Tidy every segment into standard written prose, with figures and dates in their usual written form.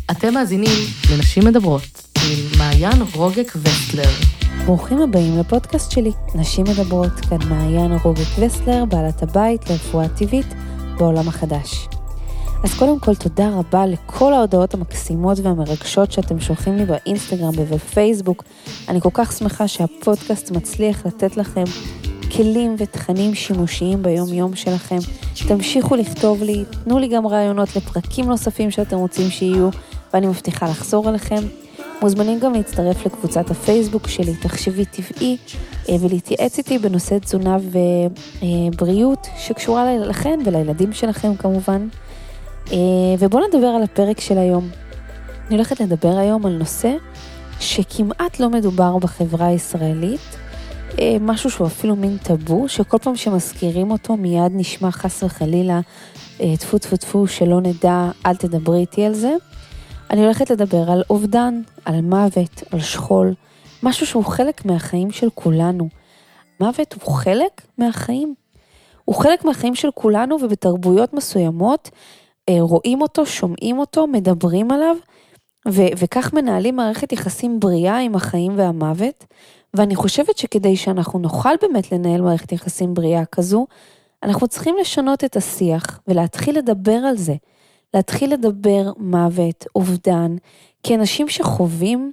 אתם מאזינים לנשים מדברות, עם מעיין רוגק וסלר. ברוכים הבאים לפודקאסט שלי, נשים מדברות, כאן מעיין רוגק וסלר, בעלת הבית לרפואה טבעית בעולם החדש. אז קודם כל תודה רבה לכל ההודעות המקסימות והמרגשות שאתם שולחים לי באינסטגרם ובפייסבוק. אני כל כך שמחה שהפודקאסט מצליח לתת לכם כלים ותכנים שימושיים ביום יום שלכם. תמשיכו לכתוב לי, תנו לי גם רעיונות לפרקים נוספים שאתם רוצים שיהיו, ואני מבטיחה לחזור אליכם. מוזמנים גם להצטרף לקבוצת הפייסבוק שלי, תחשבי טבעי, ולהתייעץ איתי בנושא תזונה ובריאות שקשורה לכם ולילדים שלכם כמובן. ובואו נדבר על הפרק של היום. אני הולכת לדבר היום על נושא שכמעט לא מדובר בחברה הישראלית, משהו שהוא אפילו מין טאבו, שכל פעם שמזכירים אותו מיד נשמע חס וחלילה, טפו טפו טפו שלא נדע, אל תדברי איתי על זה. אני הולכת לדבר על אובדן, על מוות, על שכול, משהו שהוא חלק מהחיים של כולנו. מוות הוא חלק מהחיים. הוא חלק מהחיים של כולנו, ובתרבויות מסוימות רואים אותו, שומעים אותו, מדברים עליו, וכך מנהלים מערכת יחסים בריאה עם החיים והמוות. ואני חושבת שכדי שאנחנו נוכל באמת לנהל מערכת יחסים בריאה כזו, אנחנו צריכים לשנות את השיח ולהתחיל לדבר על זה. להתחיל לדבר מוות, אובדן, כי אנשים שחווים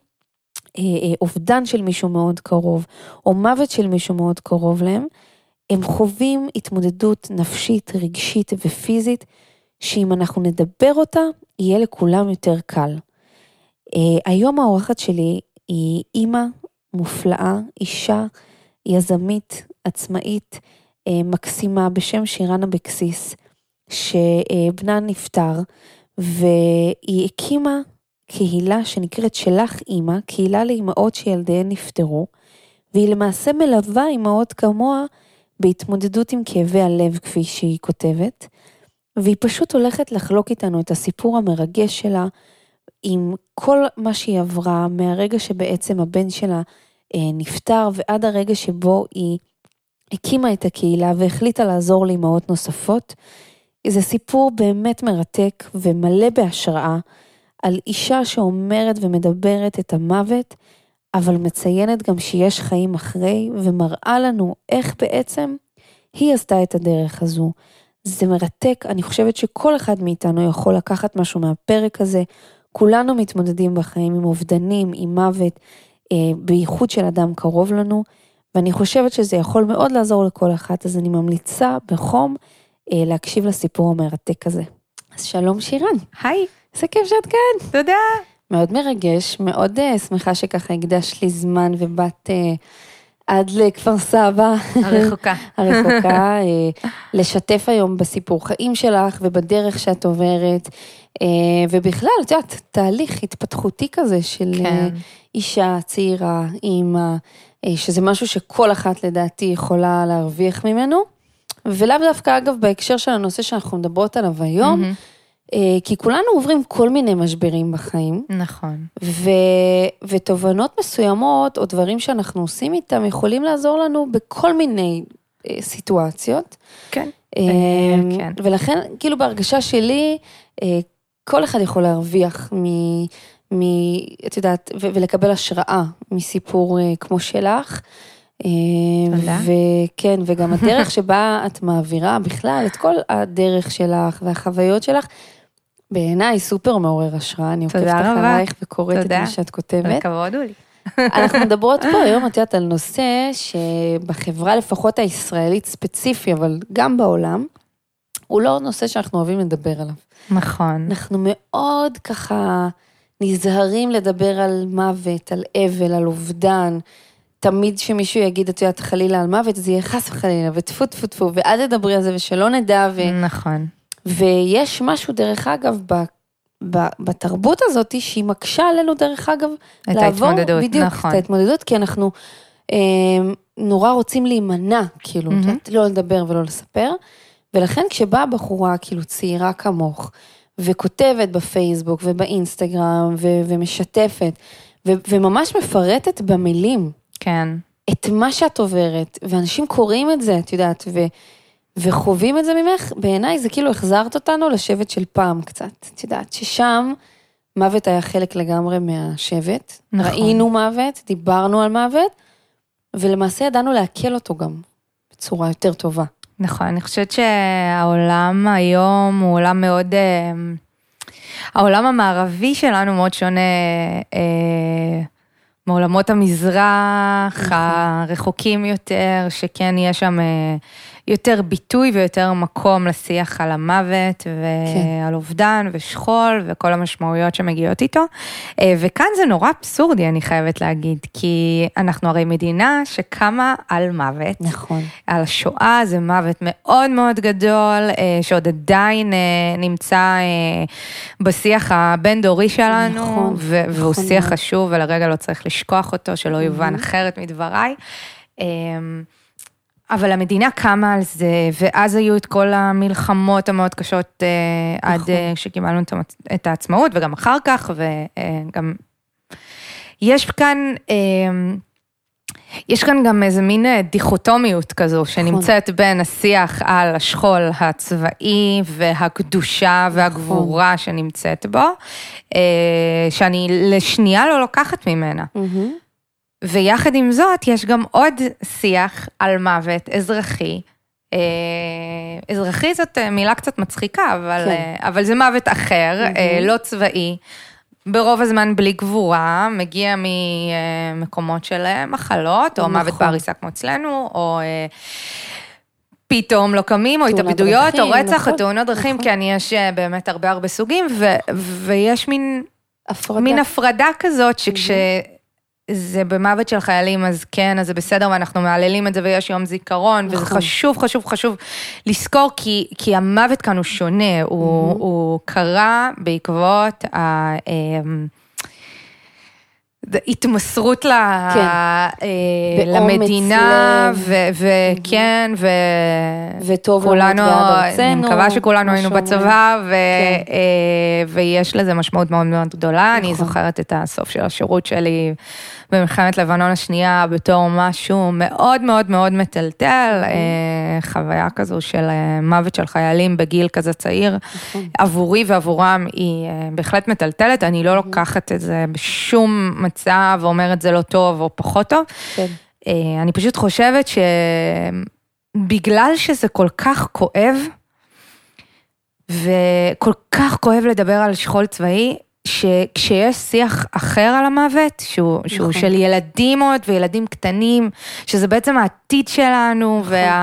אובדן של מישהו מאוד קרוב, או מוות של מישהו מאוד קרוב להם, הם חווים התמודדות נפשית, רגשית ופיזית, שאם אנחנו נדבר אותה, יהיה לכולם יותר קל. היום האורחת שלי היא אימא מופלאה, אישה יזמית, עצמאית, מקסימה בשם שירן אבקסיס, שבנה נפטר, והיא הקימה קהילה שנקראת שלך אימא, קהילה לאימהות שילדיהן נפטרו, והיא למעשה מלווה אימהות כמוה בהתמודדות עם כאבי הלב כפי שהיא כותבת, והיא פשוט הולכת לחלוק איתנו את הסיפור המרגש שלה, עם כל מה שהיא עברה, מהרגע שבעצם הבן שלה נפטר, ועד הרגע שבו היא הקימה את הקהילה, והחליטה לעזור לאימהות נוספות. זה סיפור באמת מרתק ומלא בהשראה, על אישה שאומרת ומדברת את המוות, אבל מציינת גם שיש חיים אחרי, ומראה לנו איך בעצם היא עשתה את הדרך הזו. זה מרתק, אני חושבת שכל אחד מאיתנו יכול לקחת משהו מהפרק הזה, כולנו מתמודדים בחיים עם אובדנים, עם מוות, בייחוד של אדם קרוב לנו, ואני חושבת שזה יכול מאוד לעזור לכל אחת, אז אני ממליצה בחום להקשיב לסיפור המרתק הזה. אז שלום שירן. היי. איזה כיף שאת כאן. תודה. מאוד מרגש, מאוד שמחה שככה הקדש לי זמן ובאת עד לכפר סבא. הרחוקה, לשתף היום בסיפור חיים שלך ובדרך שאת עוברת, ובכלל, את יודעת, תהליך התפתחותי כזה של אישה צעירה, אימא, שזה משהו שכל אחת לדעתי יכולה להרוויח ממנו, ולאו דווקא אגב בהקשר של הנושא שאנחנו מדברות עליו היום, כי כולנו עוברים כל מיני משברים בחיים. נכון. ותובנות מסוימות, או דברים שאנחנו עושים איתם, יכולים לעזור לנו בכל מיני סיטואציות. כן. ולכן, כאילו בהרגשה שלי, כל אחד יכול להרוויח את יודעת, ולקבל השראה מסיפור כמו שלך. תודה. וכן, וגם הדרך שבה את מעבירה בכלל, את כל הדרך שלך והחוויות שלך, בעיניי סופר מעורר השראה, אני עוקבת אחרייך וקוראת את מה שאת כותבת. לכבוד הוא לי. אנחנו מדברות פה היום, את יודעת, על נושא שבחברה לפחות הישראלית ספציפי, אבל גם בעולם, הוא לא נושא שאנחנו אוהבים לדבר עליו. נכון. אנחנו מאוד ככה נזהרים לדבר על מוות, על אבל, על אובדן, תמיד שמישהו יגיד, את יודעת, חלילה על מוות, זה יהיה חס וחלילה, וטפו טפו טפו, ועד לדברי על זה, ושלא נדע, נכון. ויש משהו דרך אגב, בתרבות הזאת, שהיא מקשה עלינו דרך אגב, את ההתמודדות, בדיוק, נכון. את ההתמודדות, כי אנחנו נורא רוצים להימנע, כאילו, לא לדבר ולא לספר, ולכן כשבאה בחורה, כאילו, צעירה כמוך, וכותבת בפייסבוק ובאינסטגרם, ומשתפת, וממש מפרטת במילים, כן. את מה שאת עוברת, ואנשים קוראים את זה, את יודעת, וחווים את זה ממך, בעיניי זה כאילו החזרת אותנו לשבט של פעם קצת, את יודעת, ששם מוות היה חלק לגמרי מהשבט. נכון. ראינו מוות, דיברנו על מוות, ולמעשה ידענו להקל אותו גם בצורה יותר טובה. נכון, אני חושבת שהעולם היום הוא עולם מאוד, העולם המערבי שלנו מאוד שונה מעולמות המזרח, הרחוקים יותר, שכן יש שם יותר ביטוי ויותר מקום לשיח על המוות ועל אובדן ושכול וכל המשמעויות שמגיעות איתו. וכאן זה נורא אבסורדי, אני חייבת להגיד, כי אנחנו הרי מדינה שקמה על מוות. נכון. על השואה, זה מוות מאוד מאוד גדול, שעוד עדיין נמצא בשיח הבין-דורי שלנו, נכון, והוא נכון שיח מאוד. חשוב, ולרגע לא צריך לשכוח אותו, שלא יובן אחרת מדבריי. אבל המדינה קמה על זה, ואז היו את כל המלחמות המאוד קשות עד שקיבלנו את העצמאות, וגם אחר כך, וגם יש כאן גם איזה מין דיכוטומיות כזו, שנמצאת בין השיח על השכול הצבאי, והקדושה והגבורה שנמצאת בו, שאני לשנייה לא לוקחת ממנה. ויחד עם זאת, יש גם עוד שיח על מוות אזרחי. אזרחי זאת מילה קצת מצחיקה, אבל זה מוות אחר, לא צבאי. ברוב הזמן בלי גבורה, מגיע ממקומות של מחלות, או מוות בעריסה כמו אצלנו, או פתאום לא קמים, או התאבדויות, או רצח, או תאונות דרכים, כי יש באמת הרבה סוגים, ויש מין הפרדה כזאת, זה במוות של חיילים, אז כן, אז זה בסדר, ואנחנו מעללים את זה, ויש יום זיכרון, וזה חשוב לזכור, כי המוות כאן הוא שונה, הוא קרה בעקבות התמסרות למדינה, וכן, וכולנו, אני מקווה שכולנו היינו בצבא, ויש לזה משמעות מאוד מאוד גדולה, אני זוכרת את הסוף של השירות שלי, במלחמת לבנון השנייה, בתור משהו מאוד מאוד מאוד מטלטל, חוויה כזו של מוות של חיילים בגיל כזה צעיר, עבורי ועבורם היא בהחלט מטלטלת, אני לא לוקחת את זה בשום מצב, ואומרת זה לא טוב או פחות טוב, אני פשוט חושבת שבגלל שזה כל כך כואב, וכל כך כואב לדבר על שכול צבאי, שכשיש שיח אחר על המוות, שהוא של ילדים עוד, וילדים קטנים, שזה בעצם העתיד שלנו,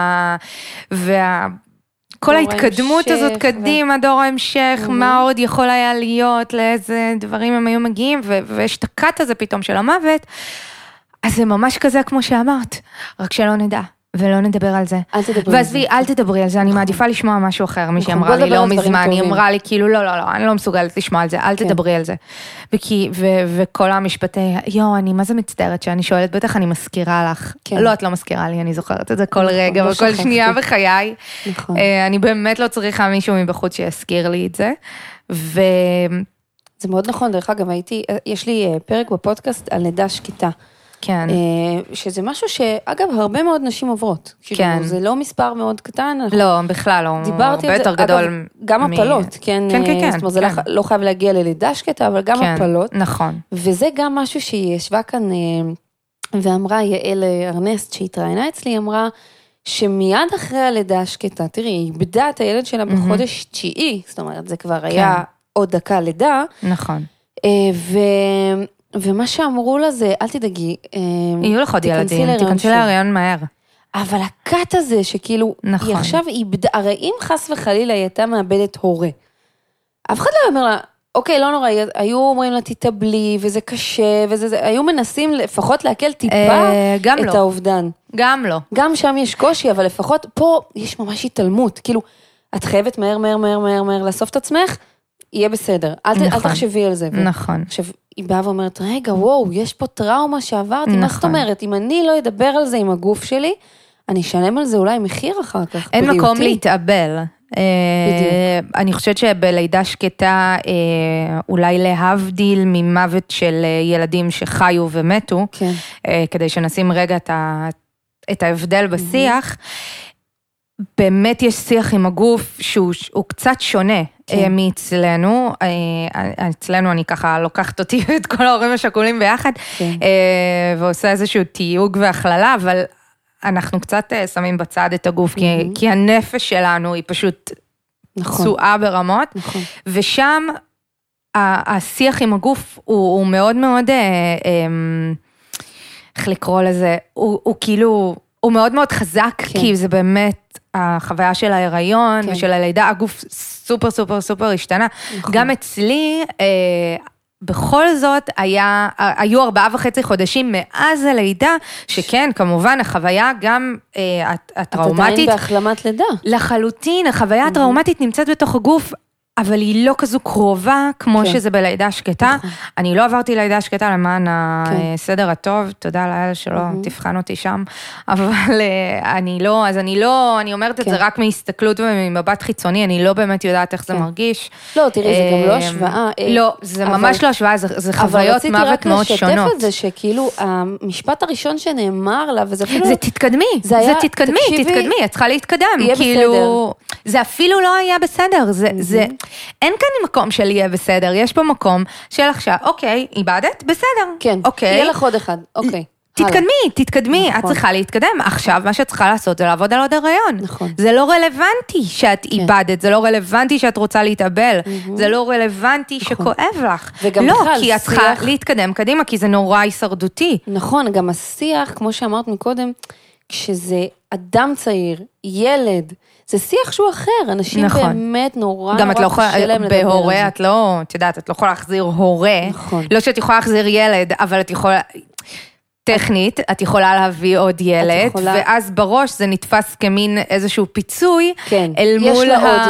כל ההתקדמות הזאת קדימה, דור ההמשך, מה עוד יכול היה להיות, לאיזה דברים הם היו מגיעים, ויש את הקאט הזה פתאום של המוות, אז זה ממש כזה כמו שאמרת, רק שלא נדע. ולא נדבר על זה. ועזבי, אל תדברי על זה, אני מעדיפה לשמוע משהו אחר, מי שאמרה לי לא מזמן, היא אמרה לי כאילו, לא, אני לא מסוגלת לשמוע על זה, אל תדברי על זה. וכל המשפטי, אני מה זה מצטערת שאני שואלת, בטח אני מזכירה לך. לא, את לא מזכירה לי, אני זוכרת את זה כל רגע, וכל שנייה בחיי. אני באמת לא צריכה מישהו מבחוץ שיזכיר לי את זה. זה מאוד נכון, דרך אגב, יש לי פרק בפודקאסט על לידה שקטה. כן. שזה משהו שאגב הרבה מאוד נשים עוברות. כן. זה לא מספר מאוד קטן. לא, בכלל לא. דיברתי על זה, אגב, גם הפלות, כן. כן. זאת אומרת, זה לא חייב להגיע ללידה שקטה, אבל גם הפלות. נכון. וזה גם משהו שהיא ישבה כאן, ואמרה יעל ארנסט, שהתראיינה אצלי, אמרה, שמיד אחרי הלידה השקטה, תראי, היא איבדה את הילד שלה בחודש 9, זאת אומרת, זה כבר היה עוד דקה לידה. נכון. ומה שאמרו לה זה, אל תדאגי, יהיו לך עוד ילדים, תיכנסי להיריון מהר. אבל הקאט הזה שכאילו, היא עכשיו איבדה, הרי אם חס וחלילה היא הייתה מאבדת הורה, אף אחד לא אומר לה, אוקיי, לא נורא, היו אומרים לה תתאבלי, וזה קשה, היו מנסים לפחות להקל טיפה את האובדן. גם לא. גם שם יש קושי, אבל לפחות פה יש ממש התעלמות, כאילו, את חייבת מהר לאסוף את עצמך, יהיה בסדר, אל תחשבי על זה. נכון. עכשיו, היא באה ואומרת, רגע, וואו, יש פה טראומה שעברתי, מה זאת אומרת? אם אני לא אדבר על זה עם הגוף שלי, אני אשלם על זה אולי מחיר אחר כך. אין מקום להתאבל. אני חושבת שבלידה שקטה, אולי להבדיל ממוות של ילדים שחיו ומתו, כדי שנשים רגע את ההבדל בשיח, באמת יש שיח עם הגוף שהוא קצת שונה מאצלנו, אצלנו אני ככה לוקחת אותי את כל ההורים השכולים ביחד, ועושה איזשהו תיוג והכללה, אבל אנחנו קצת שמים בצד את הגוף, כי הנפש שלנו היא פשוט צועה ברמות, ושם השיח עם הגוף הוא מאוד מאוד, איך לקרוא לזה, הוא כאילו, הוא מאוד מאוד חזק, כי זה באמת החוויה של ההיריון ושל הלידה, הגוף סופר סופר סופר השתנה. גם אצלי, בכל זאת, היו 4.5 חודשים מאז הלידה, שכן, כמובן, החוויה גם הטראומטית. את עדיין בהחלמת לידה. לחלוטין, החוויה הטראומטית נמצאת בתוך הגוף, אבל היא לא כזו קרובה, כמו שזה בלידה שקטה. אני לא עברתי לידה שקטה למען הסדר הטוב, תודה לאל שלא תבחן אותי שם, אבל אני אומרת את זה רק מהסתכלות וממבט חיצוני, אני לא באמת יודעת איך זה מרגיש. לא, תראי, זה גם לא השוואה. לא, זה ממש לא השוואה, זה חוויות מוות מאוד שונות. אבל רציתי רק לשתף את זה, שכאילו, המשפט הראשון שנאמר לה, וזה אפילו... זה תתקדמי, תתקדמי, את צריכה להתקדם. יהיה בסדר. זה אפילו לא היה בסדר, אין כאן מקום של יהיה בסדר, יש פה מקום של עכשיו, אוקיי, איבדת, בסדר. כן, יהיה לך עוד אחד, אוקיי. תתקדמי, את צריכה להתקדם. עכשיו, מה שאת צריכה לעשות זה לעבוד על עוד הריון. נכון. זה לא רלוונטי שאת איבדת, זה לא רלוונטי שאת רוצה להתאבל, זה לא רלוונטי שכואב לך. לא, כי את צריכה להתקדם קדימה, כי זה נורא הישרדותי. נכון, גם השיח, כמו שאמרת מקודם, כשזה אדם צעיר, ילד, זה שיח שהוא אחר, אנשים באמת נורא קשה להם לדבר. בהורה את לא, את יודעת, את לא יכולה להחזיר הורה, לא שאת יכולה להחזיר ילד, אבל את יכולה, טכנית, את יכולה להביא עוד ילד, ואז בראש זה נתפס כמין איזשהו פיצוי, אל מול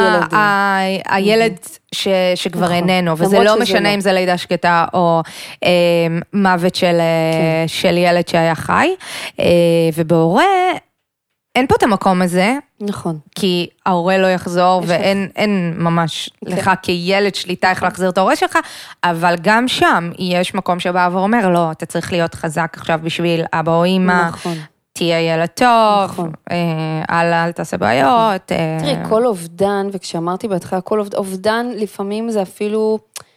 הילד שכבר איננו, וזה לא משנה אם זה לידה שקטה, או מוות של ילד שהיה חי, ובהורה, אין פה את המקום הזה, נכון. כי ההורה לא יחזור, ואין ממש לך כילד שליטה איך להחזיר את ההורה שלך, אבל גם שם יש מקום שבא ואומר, לא, אתה צריך להיות חזק עכשיו בשביל אבא או אמא, תהיה ילד טוב, אל תעשה בעיות. תראי, כל אובדן, וכשאמרתי בהתחלה, כל אובדן לפעמים זה אפילו...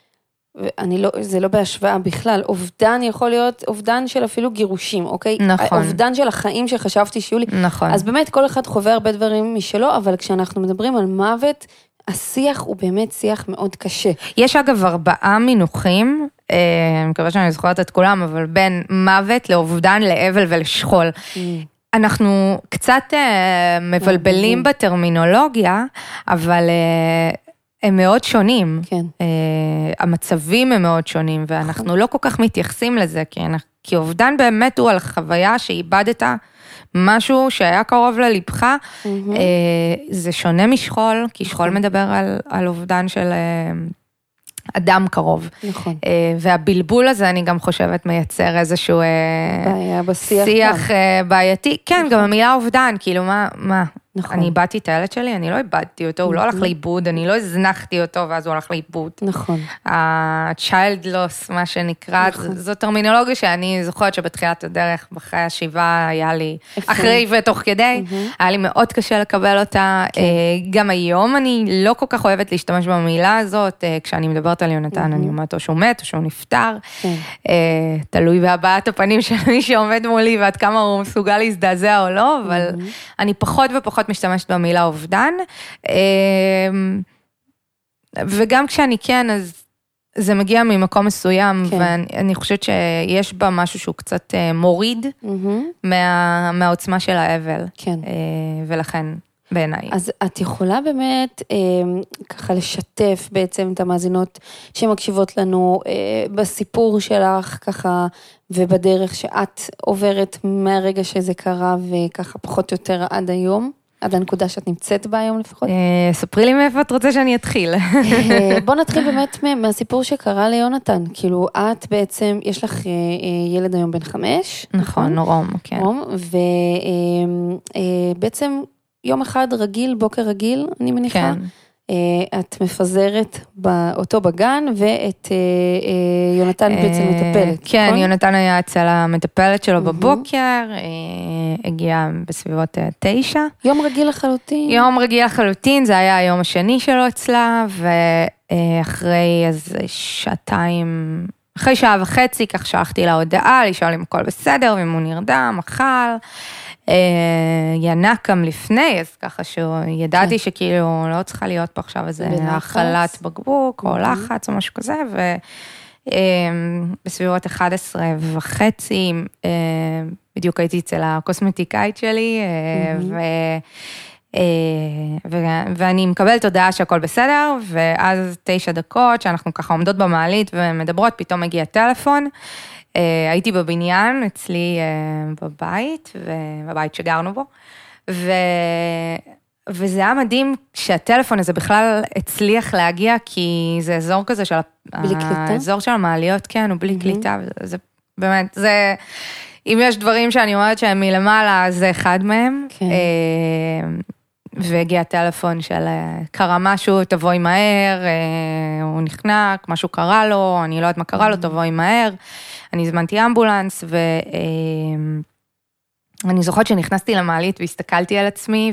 זה לא בהשוואה בכלל, אובדן יכול להיות אובדן של אפילו גירושים, אוקיי? נכון. אובדן של החיים שחשבתי שיהיו לי. נכון. אז באמת כל אחד חווה הרבה דברים משלו, אבל כשאנחנו מדברים על מוות, השיח הוא באמת שיח מאוד קשה. יש אגב 4 מינוחים, אני מקווה שאני זוכרת את כולם, אבל בין מוות לאובדן, לאבל ולשכול. אנחנו קצת מבלבלים בטרמינולוגיה, אבל... הם מאוד שונים, כן. המצבים הם מאוד שונים, ואנחנו לא כל כך מתייחסים לזה, כי אובדן באמת הוא על חוויה שאיבדת משהו שהיה קרוב ללבך, זה שונה משכול, כי שכול מדבר על אובדן של אדם קרוב. נכון. והבלבול הזה אני גם חושבת מייצר איזשהו שיח בעייתי, כן, גם המילה אובדן, כאילו מה? נכון. אני איבדתי את הילד שלי, אני לא איבדתי אותו, הוא לא הלך לאיבוד, אני לא הזנחתי אותו, ואז הוא הלך לאיבוד. נכון. ה-child loss, מה שנקרא, זו טרמינולוגיה שאני זוכרת שבתחילת הדרך, בחיי השבעה, היה לי, אחרי ותוך כדי, היה לי מאוד קשה לקבל אותה, גם היום אני לא כל כך אוהבת להשתמש במילה הזאת, כשאני מדברת על יונתן, אני אומרת או שהוא מת, או שהוא נפטר, תלוי בהבעת הפנים של מי שעומד מולי, ועד כמה הוא מסוגל להזדעזע או לא, אבל אני פחות ופחות משתמשת במילה אובדן, וגם כשאני כן, אז זה מגיע ממקום מסוים, ואני חושבת שיש בה משהו שהוא קצת מוריד מהעוצמה של האבל, ולכן בעיניי. אז את יכולה באמת ככה לשתף בעצם את המאזינות שמקשיבות לנו בסיפור שלך ככה, ובדרך שאת עוברת מהרגע שזה קרה, וככה פחות או יותר עד היום? עד הנקודה שאת נמצאת בה היום לפחות? ספרי לי מאיפה את רוצה שאני אתחיל. בוא נתחיל באמת מהסיפור שקרה ליונתן. כאילו, את בעצם, יש לך ילד היום בן 5. נכון, רום, כן. רום, ובעצם יום אחד רגיל, בוקר רגיל, אני מניחה. כן. את מפזרת אותו בגן, ואת יונתן בעצם מטפלת. כן, יונתן היה אצל המטפלת שלו בבוקר, הגיע בסביבות 9. יום רגיל לחלוטין? יום רגיל לחלוטין, זה היה היום השני שלו אצלה, ואחרי איזה שעתיים, אחרי שעה וחצי, כך שלחתי לה הודעה, לשאול אם הכל בסדר, ואם הוא נרדם, אכל. ינק גם לפני, אז ככה שידעתי שכאילו לא צריכה להיות פה עכשיו איזה החלת בקבוק, או לחץ או משהו כזה, ובסביבות 11:30, בדיוק הייתי אצל הקוסמטיקאית שלי, ואני מקבלת הודעה שהכל בסדר, ואז 9 דקות שאנחנו ככה עומדות במעלית ומדברות, פתאום מגיע טלפון, הייתי בבניין אצלי בבית שגרנו בו, וזה היה מדהים שהטלפון הזה בכלל הצליח להגיע, כי זה אזור כזה של האזור של המעליות, כן, הוא בלי קליטה, זה באמת, זה, אם יש דברים שאני אומרת שהם מלמעלה, זה אחד מהם, והגיע טלפון של קרה משהו, תבואי מהר, הוא נחנק, משהו קרה לו, אני לא יודעת מה קרה לו, תבואי מהר, אני הזמנתי אמבולנס, ואני זוכרת שנכנסתי למעלית והסתכלתי על עצמי,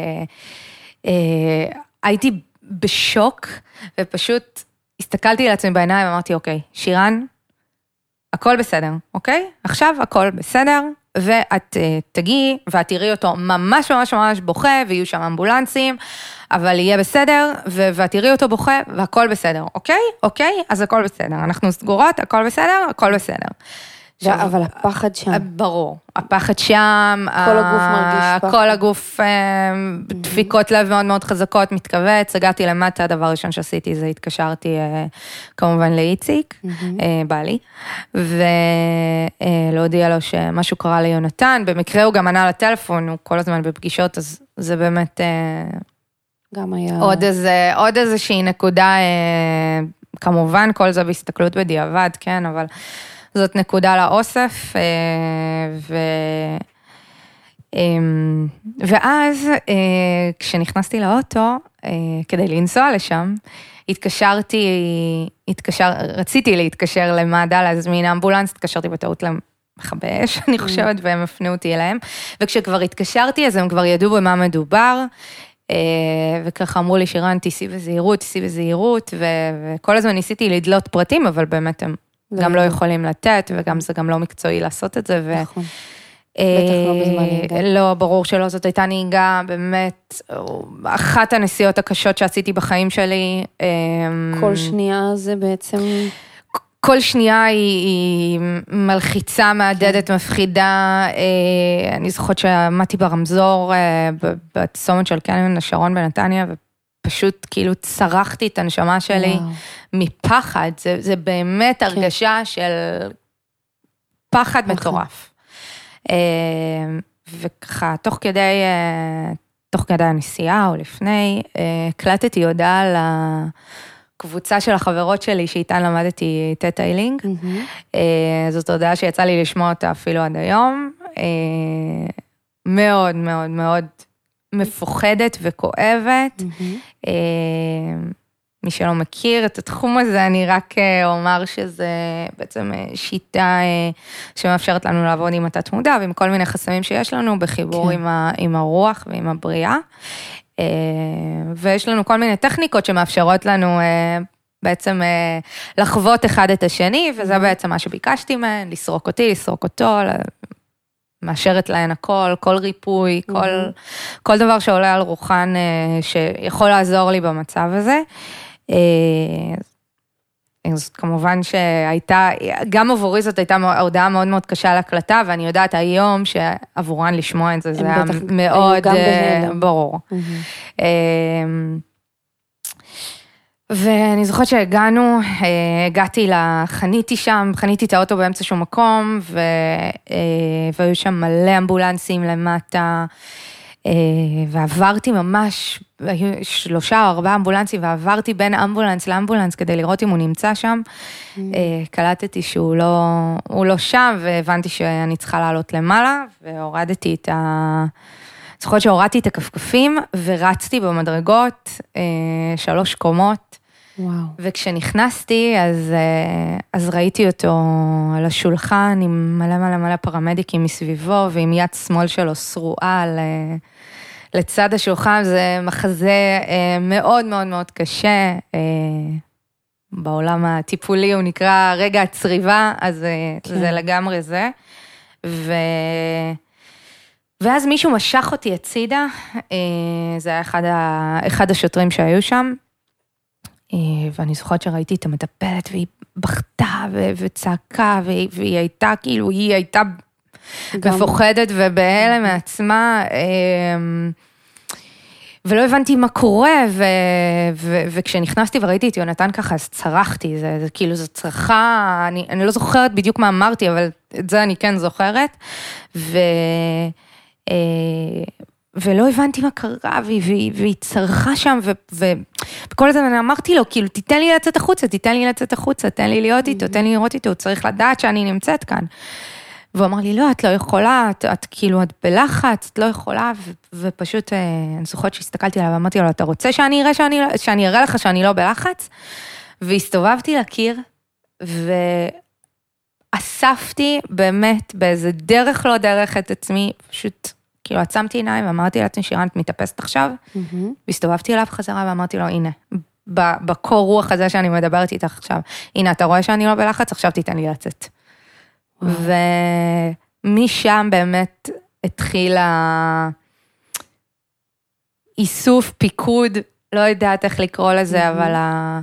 והייתי בשוק, ופשוט הסתכלתי על עצמי בעיניים, ואמרתי, אוקיי, שירן, הכל בסדר, אוקיי? עכשיו הכל בסדר, ואת תגיעי, ואת תראי אותו ממש ממש ממש בוכה, ויהיו שם אמבולנסים, אבל יהיה בסדר, ואת תראי אותו בוכה, והכל בסדר, אוקיי? אוקיי? אז הכל בסדר. אנחנו סגורות, הכל בסדר, הכל בסדר. אבל הפחד שם. ברור, הפחד שם, כל הגוף מרגיש פחד. כל הגוף, דפיקות לב מאוד מאוד חזקות, מתכווץ, הגעתי למטה, הדבר הראשון שעשיתי זה התקשרתי כמובן לאיציק, בעלי, ולהודיע לו שמשהו קרה ליונתן, במקרה הוא גם ענה לטלפון, הוא כל הזמן בפגישות, אז זה באמת גם היה עוד איזושהי נקודה, כמובן כל זה בהסתכלות בדיעבד, כן, אבל זאת נקודה לאוסף, ואז כשנכנסתי לאוטו, כדי לנסוע לשם, רציתי להתקשר למד"א, להזמין אמבולנס, התקשרתי בטעות למכבי אש, אני חושבת, והם הפנו אותי אליהם, וכשכבר התקשרתי, אז הם כבר ידעו במה מדובר, וככה אמרו לי, שירן, תיסעי בזהירות, וכל הזמן ניסיתי לדלות פרטים, אבל באמת הם גם לא יכולים לתת, וגם זה גם לא מקצועי לעשות את זה, נכון. בטח לא בזמן נהיגה. לא, ברור שלא, זאת הייתה נהיגה, באמת, אחת הנסיעות הקשות שעשיתי בחיים שלי. כל שנייה זה בעצם כל שנייה היא מלחיצה, מעדדת, מפחידה. אני זוכרת שעמדתי ברמזור בצומת של קניון השרון בנתניה, ופשוט כאילו צרחתי את הנשמה שלי מפחד. זה באמת הרגשה של פחד מטורף. וככה, תוך כדי הנסיעה או לפני, הקלטתי הודעה לקבוצה של החברות שלי, שאיתן למדתי תטא הילינג. זאת הודעה שיצא לי לשמוע אותה אפילו עד היום. מאוד מאוד מאוד מפוחדת וכואבת. מי שלא מכיר את התחום הזה, אני רק אומר שזה בעצם שיטה שמאפשרת לנו לעבוד עם התת מודע, ועם כל מיני חסמים שיש לנו בחיבור עם הרוח ועם הבריאה. ויש לנו כל מיני טכניקות שמאפשרות לנו בעצם לחוות אחד את השני, וזה בעצם מה שביקשתי מהן, לסרוק אותי, לסרוק אותו, מאשרת להן הכל, כל ריפוי, כל דבר שעולה על רוחן שיכול לעזור לי במצב הזה. אז כמובן שהייתה, גם עבורי זאת הייתה הודעה מאוד מאוד קשה להקלטה, ואני יודעת היום שעבורן לשמוע את זה, זה היה מאוד ברור. ואני זוכרת הגעתי חניתי שם, חניתי את האוטו באמצע שום מקום, והיו שם מלא אמבולנסים למטה, ועברתי ממש, היו 3 או 4 אמבולנסים, ועברתי בין אמבולנס לאמבולנס, כדי לראות אם הוא נמצא שם, קלטתי שהוא לא שם, והבנתי שאני צריכה לעלות למעלה, והורדתי זוכרת שהורדתי את הכפכפים, ורצתי במדרגות, 3 קומות, וכשנכנסתי, אז ראיתי אותו על השולחן, עם מלא פרמדיקים מסביבו, ועם יד שמאל שלו שרועה לצד השולחן, זה מחזה מאוד מאוד מאוד קשה, בעולם הטיפולי הוא נקרא רגע הצריבה, אז זה לגמרי זה. ואז מישהו משך אותי הצידה, זה היה אחד השוטרים שהיו שם, ואני זוכרת שראיתי את המטפלת, והיא בכתה וצעקה, והיא הייתה כאילו, היא הייתה מפוחדת ובהלם מעצמה, ולא הבנתי מה קורה, וכשנכנסתי וראיתי את יונתן ככה, אז צרחתי, זה כאילו זו צרחה, אני לא זוכרת בדיוק מה אמרתי, אבל את זה אני כן זוכרת, ולא הבנתי מה קרה, והיא צרחה שם, וכל הזמן אמרתי לו, כאילו, תיתן לי לצאת החוצה, תן לי להיות איתו, תן לי לראות איתו, הוא צריך לדעת שאני נמצאת כאן. והוא אמר לי, לא, את לא יכולה, את כאילו, את בלחץ, את לא יכולה, ופשוט, אני זוכרת שהסתכלתי עליו, ואמרתי לו, אתה רוצה שאני אראה לך שאני לא בלחץ? והסתובבתי לקיר, ואספתי באמת באיזה דרך לא דרך את עצמי, פשוט כאילו עצמתי עיניים, ואמרתי לעצמי, שירן, את מתאפסת עכשיו, והסתובבתי אליו חזרה, ואמרתי לו, הנה, בקור רוח הזה שאני מדברת איתך עכשיו, הנה, אתה רואה שאני לא בלחץ, עכשיו תיתן לי לצאת. ומשם באמת התחיל האיסוף, פיקוד, לא יודעת איך לקרוא לזה, אבל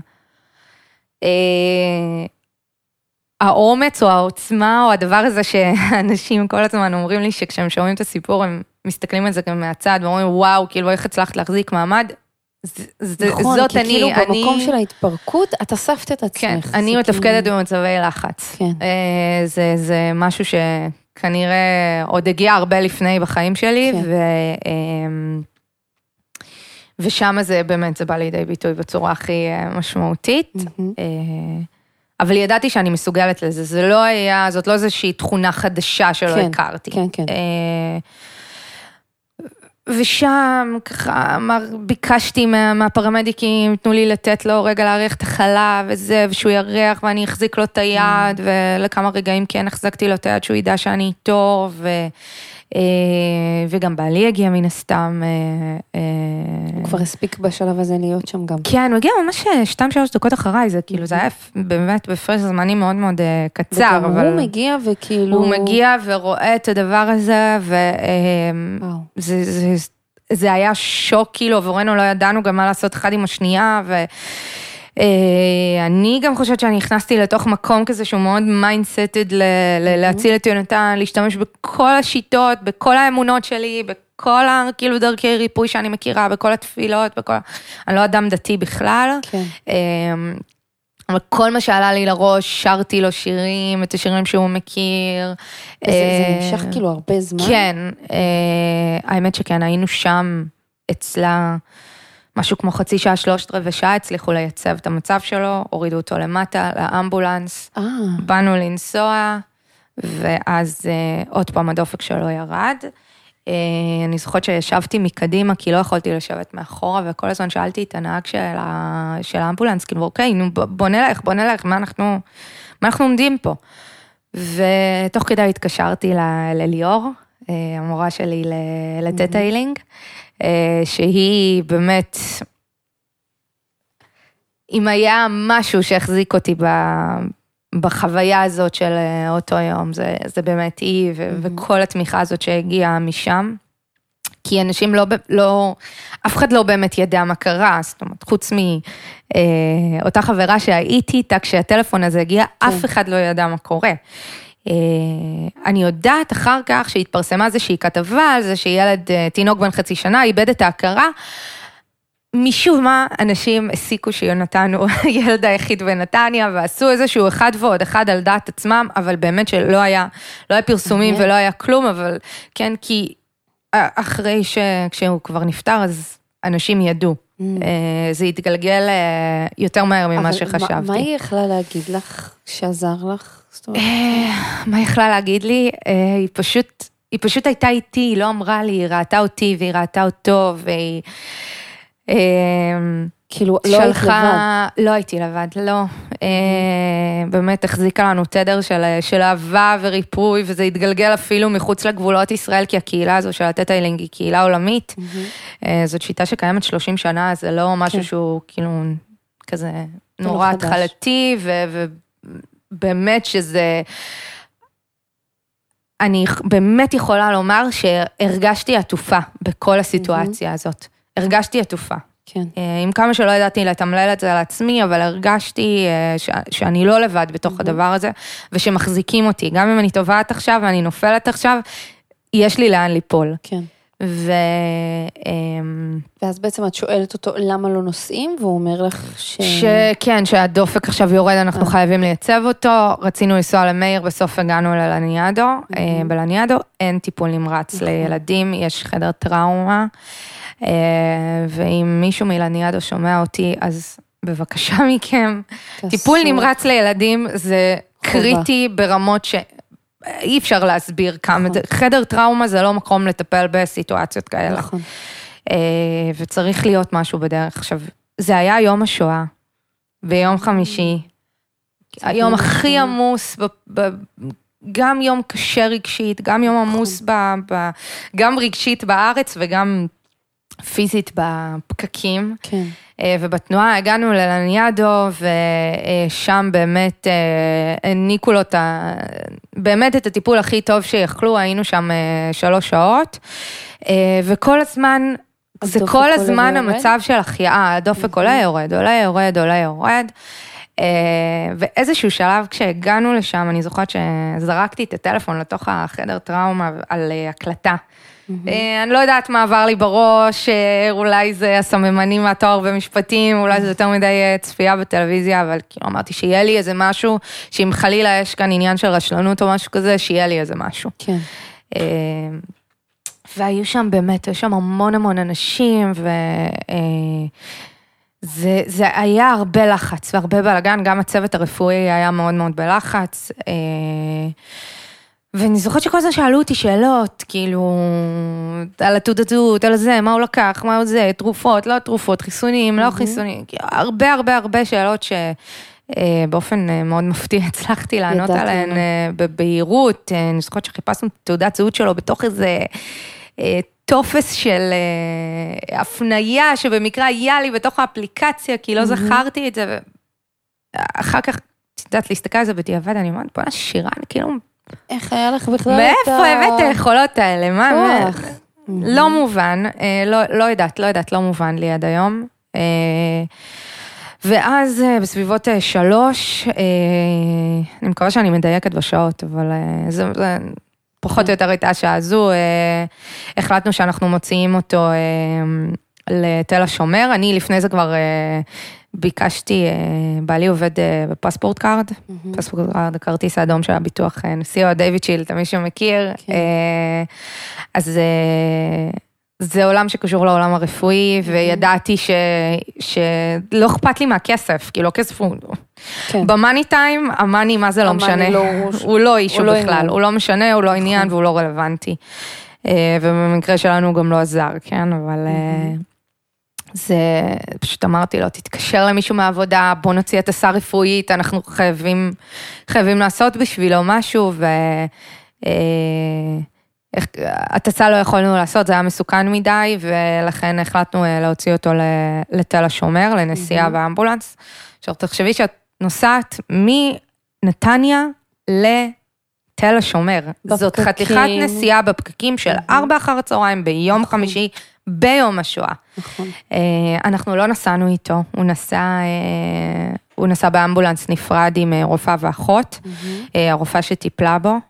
האומץ או העוצמה, או הדבר הזה שאנשים כל הזמן אומרים לי, שכשהם שומעים את הסיפור, הם מסתכלים על זה גם מהצד, ואומרים, וואו, כאילו איך הצלחת להחזיק מעמד, נכון, כי כאילו במקום של ההתפרקות, את אספת את עצמך. כן, אני מתפקדת במצבי לחץ. זה משהו שכנראה עוד הגיע הרבה לפני בחיים שלי, ושם זה באמת, זה בא לידי ביטוי בצורה הכי משמעותית. אבל ידעתי שאני מסוגלת לזה, זה לא היה, זאת לא איזושהי תכונה חדשה שלא הכרתי. כן, כן. ושם ככה ביקשתי מהפרמדיקים, תנו לי לתת לו רגע להריח את החלב וזה, ושהוא יריח ואני אחזיק לו את היד, ולכמה רגעים כן החזקתי לו את היד שהוא ידע שאני איתו, וגם בעלי הגיע מן הסתם. הוא כבר הספיק בשלב הזה להיות שם גם. כן, הוא הגיע ממש 2-3 דקות אחריי, זה כאילו, זה היה באמת בפרש זמנים מאוד מאוד קצר. וגם הוא מגיע וכאילו... הוא מגיע ורואה את הדבר הזה, וזה היה שוק, כאילו, עבורנו לא ידענו גם מה לעשות אחד עם השנייה, אני גם חושבת שאני נכנסתי לתוך מקום כזה שהוא מאוד מיינדסטד להציל את יונתן, להשתמש בכל השיטות, בכל האמונות שלי, בכל כאילו דרכי ריפוי שאני מכירה, בכל התפילות, אני לא אדם דתי בכלל. אבל כל מה שעלה לי לראש, שרתי לו שירים, את השירים שהוא מכיר. זה נמשך כאילו הרבה זמן? כן, האמת שכן, היינו שם אצלה, משהו כמו חצי שעה, 3/4 שעה, הצליחו לייצב את המצב שלו, הורידו אותו למטה, לאמבולנס, באנו לנסוע, ואז עוד פעם הדופק שלו ירד. אני זוכרת שישבתי מקדימה, כי לא יכולתי לשבת מאחורה, וכל הזמן שאלתי את הנהג של האמבולנס, כאילו, אוקיי, נו, בוא נלך, מה אנחנו עומדים פה? ותוך כדי התקשרתי לליאור, המורה שלי לתטא הילינג, שהיא באמת, אם היה משהו שהחזיק אותי בחוויה הזאת של אותו יום, זה באמת היא, וכל התמיכה הזאת שהגיעה משם, כי אנשים אף אחד לא באמת ידע מה קרה, זאת אומרת, חוץ מאותה חברה שהייתי איתה, כשהטלפון הזה הגיע, אף אחד לא ידע מה קורה. אני יודעת אחר כך שהתפרסמה איזושהי כתבה על זה שילד תינוק בן חצי שנה איבד את ההכרה, משום מה אנשים הסיקו שיונתן הוא הילד היחיד בנתניה, ועשו איזשהו אחד ועוד אחד על דעת עצמם, אבל באמת שלא היה פרסומים ולא היה כלום, אבל כן, כי אחרי כשהוא כבר נפטר, אז אנשים ידעו. זה התגלגל יותר מהר ממה שחשבתי. מה היא יכלה להגיד לך שעזר לך? מה היא יכלה להגיד לי? היא פשוט הייתה איתי, היא לא אמרה לי, היא ראתה אותי והיא ראתה אותו, כאילו, לא היית לבד. לא הייתי לבד, לא. באמת החזיקה לנו תדר של אהבה וריפוי, וזה התגלגל אפילו מחוץ לגבולות ישראל, כי הקהילה הזו של הטטיילינג היא קהילה עולמית. זאת שיטה שקיימת 30 שנה, זה לא משהו שהוא כאילו כזה נורא התחלתי, ובאמת שזה... אני באמת יכולה לומר שהרגשתי עטופה בכל הסיטואציה הזאת. הרגשתי עטופה. כן. עם כמה שלא ידעתי לתמלל את זה על עצמי, אבל הרגשתי שאני לא לבד בתוך הדבר הזה, ושמחזיקים אותי. גם אם אני טובעת עכשיו ואני נופלת עכשיו, יש לי לאן ליפול. כן. ואז בעצם את שואלת אותו למה לא נוסעים, והוא אומר לך כן, שהדופק עכשיו יורד, אנחנו חייבים לייצב אותו, רצינו לנסוע למאיר, בסוף הגענו ללניאדו, בלניאדו אין טיפול נמרץ לילדים, יש חדר טראומה, ואם מישהו מלניאדו שומע אותי, אז בבקשה מכם, טיפול נמרץ לילדים זה קריטי ברמות אי אפשר להסביר כמה, חדר טראומה זה לא מקום לטפל בסיטואציות כאלה. נכון. וצריך להיות משהו בדרך. עכשיו, זה היה יום השואה, ביום חמישי, היום הכי עמוס, גם יום קשה רגשית, גם יום עמוס, גם רגשית בארץ וגם פיזית בפקקים. כן. ובתנועה הגענו ללניאדו, ושם באמת העניקו לו באמת את הטיפול הכי טוב שיכלו, היינו שם 3 שעות, וכל הזמן, זה כל הזמן המצב של החייאה, הדופק עולה יורד, עולה יורד, עולה יורד, ואיזשהו שלב כשהגענו לשם, אני זוכרת שזרקתי את הטלפון לתוך החדר טראומה על הקלטה, אני לא יודעת מה עבר לי בראש, אולי זה הסממנים מהתואר במשפטים, אולי זה יותר מדי צפייה בטלוויזיה, אבל כאילו אמרתי שיהיה לי איזה משהו, שאם חלילה יש כאן עניין של רשלנות או משהו כזה, שיהיה לי איזה משהו. כן. והיו שם באמת, היו שם המון אנשים, זה היה הרבה לחץ והרבה בלגן, גם הצוות הרפואי היה מאוד מאוד בלחץ, ואני זוכרת שכל הזמן שאלו אותי שאלות, כאילו, על התעודות, על זה, מה הוא לקח, מה הוא זה, תרופות, לא תרופות, חיסונים, לא חיסונים, הרבה שאלות שבאופן מאוד מפתיע הצלחתי לענות עליהן בבהירות, אני זוכרת שחיפשנו תעודת זהות שלו בתוך איזה טופס של הפנייה, שבמקרה היה לי בתוך האפליקציה, כי לא זכרתי את זה, ואחר כך, תדעת להסתכל על זה בדיעבד, אני אומרת, בוא נשירה, אני כאילו, איך היה לך בכלל מאיפה הבאת היכולות האלה? מה? לא מובן, לא יודעת, לא מובן לי עד היום. ואז בסביבות 3, אני מקווה שאני מדייקת בשעות, אבל זה פחות או יותר הייתה שעה זו, החלטנו שאנחנו מוציאים אותו לתל השומר, אני לפני זה כבר ביקשתי, בעלי עובד בפספורט קארד, פספורט קארד, הכרטיס האדום של הביטוח, נשיאו דיוויד שילט, מי שמכיר, אז זה עולם שקשור לעולם הרפואי, וידעתי שלא אכפת לי מהכסף, כאילו הכסף הוא, במאני טיים, המאני מה זה לא משנה, הוא לא אישו בכלל, הוא לא משנה, הוא לא עניין והוא לא רלוונטי, ובמקרה שלנו הוא גם לא עזר, כן, אבל זה, פשוט אמרתי לו, תתקשר למישהו מהעבודה, בוא נוציא את הסעה רפואית, אנחנו חייבים לעשות בשבילו משהו, התצא לא יכולנו לעשות, זה היה מסוכן מדי, ולכן החלטנו להוציא אותו לתל השומר, לנסיעה באמבולנס. עכשיו תחשבי שאת נוסעת מנתניה לתל השומר. זאת חתיכת נסיעה בפקקים של 4 אחר הצהריים ביום חמישי, ביום השואה. אנחנו לא נסענו איתו, הוא נסע באמבולנס נפרד עם רופאה ואחות, הרופאה שטיפלה בו,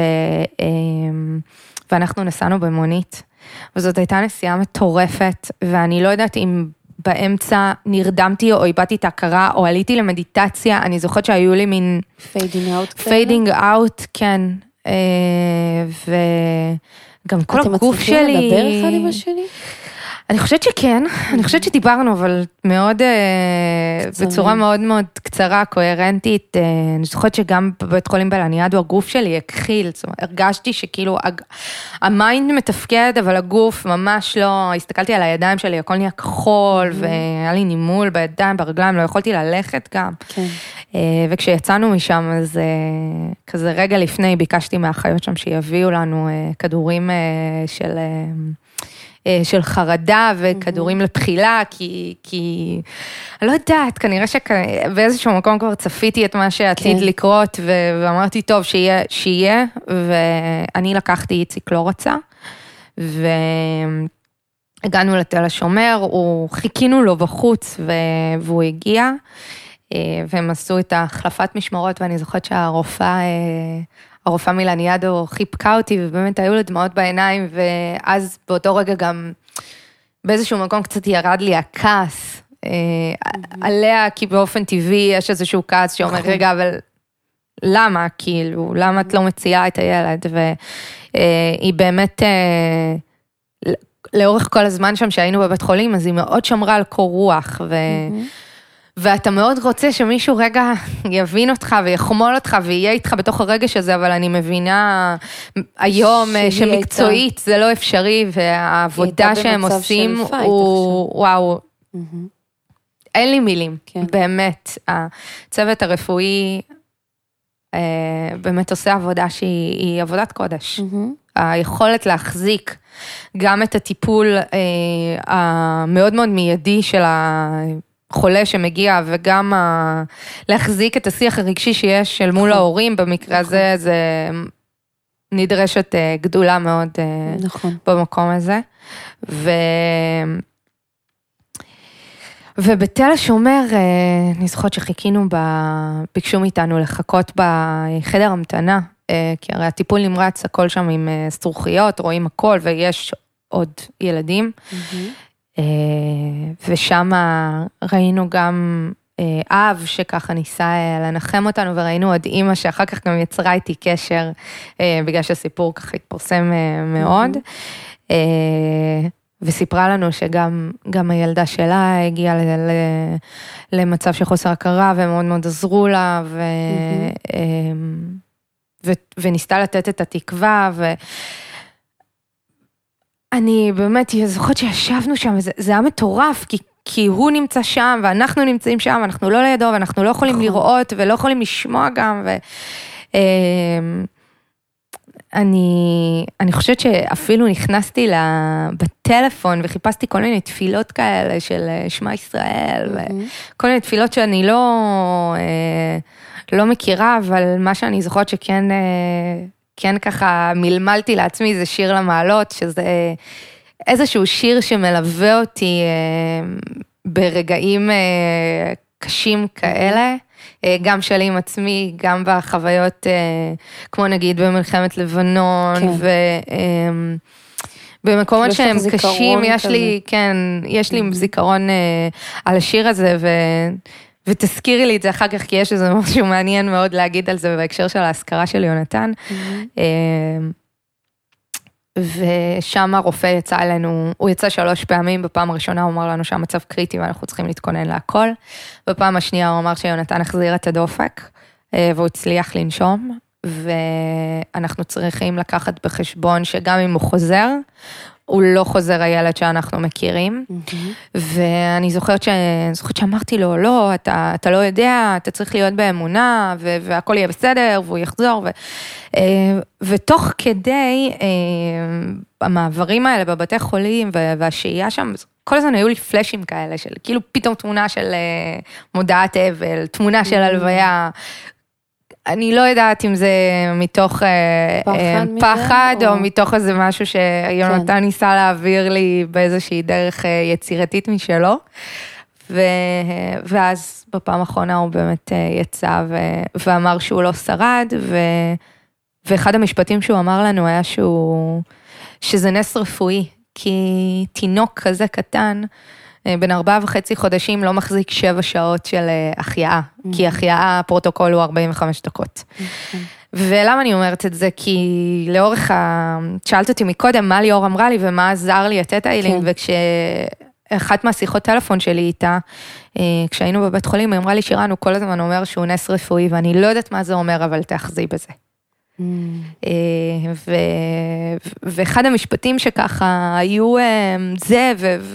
ואנחנו נסענו במונית, וזאת הייתה נסיעה מטורפת, ואני לא יודעת אם באמצע נרדמתי או איבדתי את ההכרה, או עליתי למדיטציה, אני זוכרת שהיו לי מין פיידינג אאוט, כן, וגם כל הגוף שלי... אתם מצליחים לדבר אחד עם השני? אני חושבת שכן, אני חושבת שדיברנו, אבל מאוד, בצורה מאוד מאוד קצרה, קוהרנטית, אני זוכרת שגם בבית חולים בלניאדו, הגוף שלי הכחיל, זאת אומרת, הרגשתי שכאילו, המיינד מתפקד, אבל הגוף ממש לא, הסתכלתי על הידיים שלי, הכל נהיה כחול, והיה לי נימול בידיים, ברגליים, לא יכולתי ללכת גם. וכשיצאנו משם, אז כזה רגע לפני, ביקשתי מהאחיות שם שיביאו לנו כדורים של חרדה וכדורים לבחילה, כי אני לא יודעת, כנראה שבאיזשהו מקום כבר צפיתי את מה שעתיד לקרות, ואמרתי, טוב, שיהיה, ואני לקחתי איציק לא רצה, והגענו לתל השומר, חיכינו לו בחוץ, והוא הגיע, והם עשו את החלפת משמרות, ואני זוכרת הרופאה מלניאדו חיבקה אותי, ובאמת היו לה דמעות בעיניים, ואז באותו רגע גם באיזשהו מקום קצת ירד לי הכעס עליה, כי באופן טבעי יש איזשהו כעס שאומר, רגע, אבל למה? כאילו, למה את לא מציעה את הילד? והיא באמת, לאורך כל הזמן שם שהיינו בבית חולים, אז היא מאוד שמרה על קור רוח, ואתה מאוד רוצה שמישהו רגע יבין אותך ויחמול אותך ויהיה איתך בתוך הרגש הזה, אבל אני מבינה היום שמקצועית זה לא אפשרי, והעבודה שהם עושים הוא, וואו, אין לי מילים, באמת. הצוות הרפואי באמת עושה עבודה שהיא עבודת קודש. היכולת להחזיק גם את הטיפול המאוד מאוד מיידי של חולה שמגיע, וגם להחזיק את השיח הרגשי שיש של מול ההורים, במקרה הזה זה נדרשת גדולה מאוד במקום הזה. ובתל השומר, אני זוכרת שחיכינו, ביקשו מאיתנו לחכות בחדר המתנה, כי הרי הטיפול נמרץ, הכל שם עם סטרוחיות, רואים הכל, ויש עוד ילדים. ושם ראינו גם אב שככה ניסה לנחם אותנו, וראינו עוד אימא שאחר כך גם יצרה איתי קשר, בגלל שהסיפור ככה התפרסם מאוד, וסיפרה לנו שגם הילדה שלה הגיעה למצב של חוסר הכרה, והם מאוד מאוד עזרו לה, וניסתה לתת את התקווה, אני באמת זוכרת שישבנו שם, וזה היה מטורף, כי הוא נמצא שם, ואנחנו נמצאים שם, אנחנו לא לידו, ואנחנו לא יכולים לראות, ולא יכולים לשמוע גם, אני חושבת שאפילו נכנסתי בטלפון, וחיפשתי כל מיני תפילות כאלה, של שמע ישראל, וכל מיני תפילות שאני לא מכירה, אבל מה שאני זוכרת שכן, כן ככה מלמלתי לעצמי, זה שיר למעלות, שזה איזשהו שיר שמלווה אותי ברגעים קשים כאלה, גם שלי עם עצמי, גם בחוויות, כמו נגיד במלחמת לבנון, במקומות שהם קשים, יש לי זיכרון על השיר הזה, ותזכירי לי את זה אחר כך, כי יש איזה משהו מעניין מאוד להגיד על זה, בהקשר של ההזכרה של יונתן, ושם הרופא יצא אלינו, הוא יצא 3 פעמים, בפעם הראשונה הוא אמר לנו שהמצב קריטי, ואנחנו צריכים להתכונן להכל, בפעם השנייה הוא אמר שיונתן החזיר את הדופק, והוא הצליח לנשום, ואנחנו צריכים לקחת בחשבון שגם אם הוא חוזר, הוא לא חוזר הילד שאנחנו מכירים, ואני זוכרת שאמרתי לו, לא, אתה לא יודע, אתה צריך להיות באמונה, והכל יהיה בסדר, והוא יחזור, ותוך כדי המעברים האלה בבתי חולים, והשהייה שם, כל הזמן היו לי פלאשים כאלה, של כאילו פתאום תמונה של מודעת אבל, תמונה של הלוויה, אני לא יודעת אם זה מתוך פחד, או מתוך איזה משהו שיונתן ניסה להעביר לי באיזושהי דרך יצירתית משלו, ואז בפעם האחרונה הוא באמת יצא ואמר שהוא לא שרד, ואחד המשפטים שהוא אמר לנו היה שזה נס רפואי, כי תינוק כזה קטן, בן 4.5 חודשים לא מחזיק 7 שעות של החייאה, כי החייאה, הפרוטוקול הוא 45 דקות. ולמה אני אומרת את זה? כי לאורך שאלת אותי מקודם, מה ליאור אמרה לי ומה עזר לי התטא הילינג, וכשאחת מהשיחות טלפון שלי איתה, כשהיינו בבית חולים, היא אמרה לי, שירן, הוא כל הזמן אומר שהוא נס רפואי, ואני לא יודעת מה זה אומר, אבל תאחזי בזה. ואחד המשפטים שככה היו זה,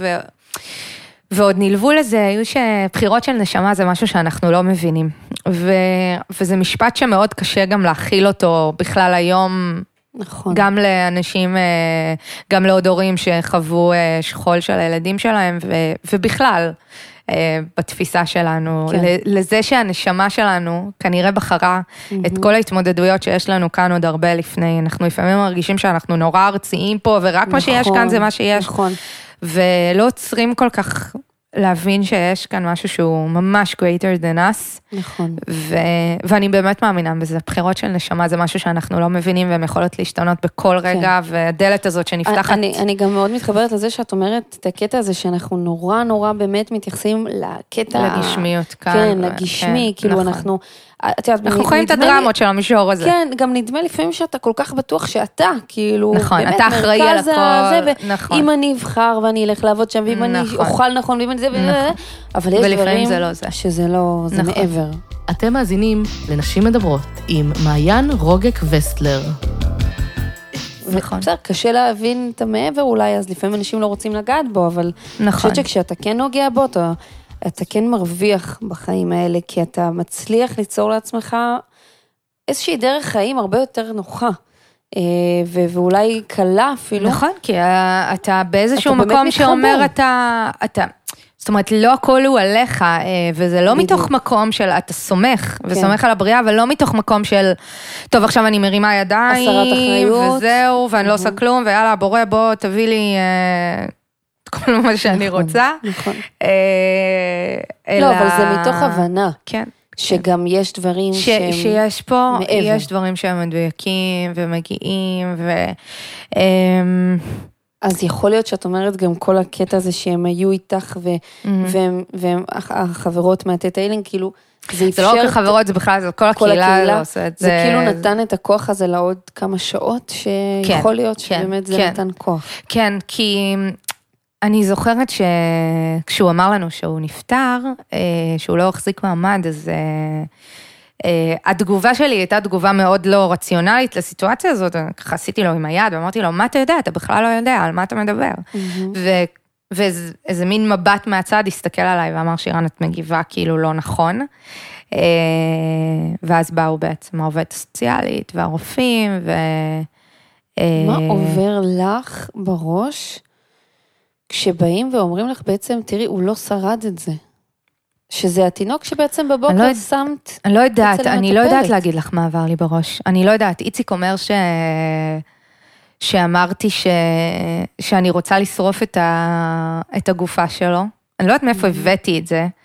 ועוד נלוו לזה, היו שבחירות של נשמה זה משהו שאנחנו לא מבינים. וזה משפט שמאוד קשה גם להכיל אותו בכלל היום, נכון. גם לאנשים, גם לעוד הורים שחוו שכול של הילדים שלהם, ובכלל, בתפיסה שלנו, כן. לזה שהנשמה שלנו כנראה בחרה את כל ההתמודדויות שיש לנו כאן עוד הרבה לפני, אנחנו לפעמים מרגישים שאנחנו נורא ארציים פה, ורק מה שיש כאן זה מה שיש, נכון. ולא עוצרים כל כך להבין שיש כאן משהו שהוא ממש greater than us, נכון. ואני באמת מאמינה בזה, בחירות של נשמה זה משהו שאנחנו לא מבינים, והן יכולות להשתנות בכל רגע, והדלת הזאת שנפתחת. אני גם מאוד מתחברת לזה שאת אומרת את הקטע הזה, שאנחנו נורא נורא באמת מתייחסים לקטע... לגשמיות כאן. כן, לגשמי, כאילו אנחנו... אנחנו חיים את הדרמות של המישור הזה. כן, גם נדמה לפעמים שאתה כל כך בטוח שאתה, כאילו, נכון, אתה אחראי על הכל, נכון. אם אני אבחר ואני אלך לעבוד שם, ואם אני אוכל נכון, ואם אני זה, אבל יש דברים שזה לא, זה מעבר. אתם מאזינים לנשים מדברות עם מעיין רוגק וסטלר. נכון. בסדר, קשה להבין את המעבר אולי, אז לפעמים אנשים לא רוצים לגעת בו, אבל אני חושבת שכשאתה כן נוגע בו, אתה כן מרוויח בחיים האלה, כי אתה מצליח ליצור לעצמך איזושהי דרך חיים הרבה יותר נוחה, ואולי קלה אפילו. נכון, כי אתה באיזשהו מקום שאומר זאת אומרת, לא הכל הוא עליך, וזה לא מתוך מקום של אתה סומך, וסומך על הבריאה, אבל לא מתוך מקום של, טוב, עכשיו אני מרימה ידיים, וזהו, ואני לא עושה כלום, ויאללה, בורא, בוא, תביא לי... כל מה שאני רוצה. נכון. לא, אבל זה מתוך הבנה. כן. שגם יש דברים שהם... שיש פה, יש דברים שהם מדויקים ומגיעים, אז יכול להיות שאת אומרת גם כל הקטע הזה שהם היו איתך, והם החברות מהתטא הילינג, כאילו, זה לא רק החברות, זה בכלל, זה כל הקהילה לא עושה את זה. זה כאילו נתן את הכוח הזה לעוד כמה שעות, שיכול להיות שבאמת זה נתן כוח. כן, כי... אני זוכרת שכשהוא אמר לנו שהוא נפטר, שהוא לא החזיק מעמד, אז התגובה שלי הייתה תגובה מאוד לא רציונלית לסיטואציה הזאת, ככה עשיתי לו עם היד, ואמרתי לו, מה אתה יודע? אתה בכלל לא יודע, על מה אתה מדבר? ואיזה מין מבט מהצד הסתכל עליי, ואמר שירן, את מגיבה כאילו לא נכון, ואז באו בעצם העובדת הסוציאלית, והרופאים, מה עובר לך בראש? כשבאים ואומרים לך בעצם, תראי, הוא לא שרד את זה. שזה התינוק שבעצם בבוקר שמת... אני לא יודעת להגיד לך מה עבר לי בראש. אני לא יודעת. איציק אומר שאמרתי שאני רוצה לשרוף את הגופה שלו. אני לא יודעת מאיפה הבאתי את זה,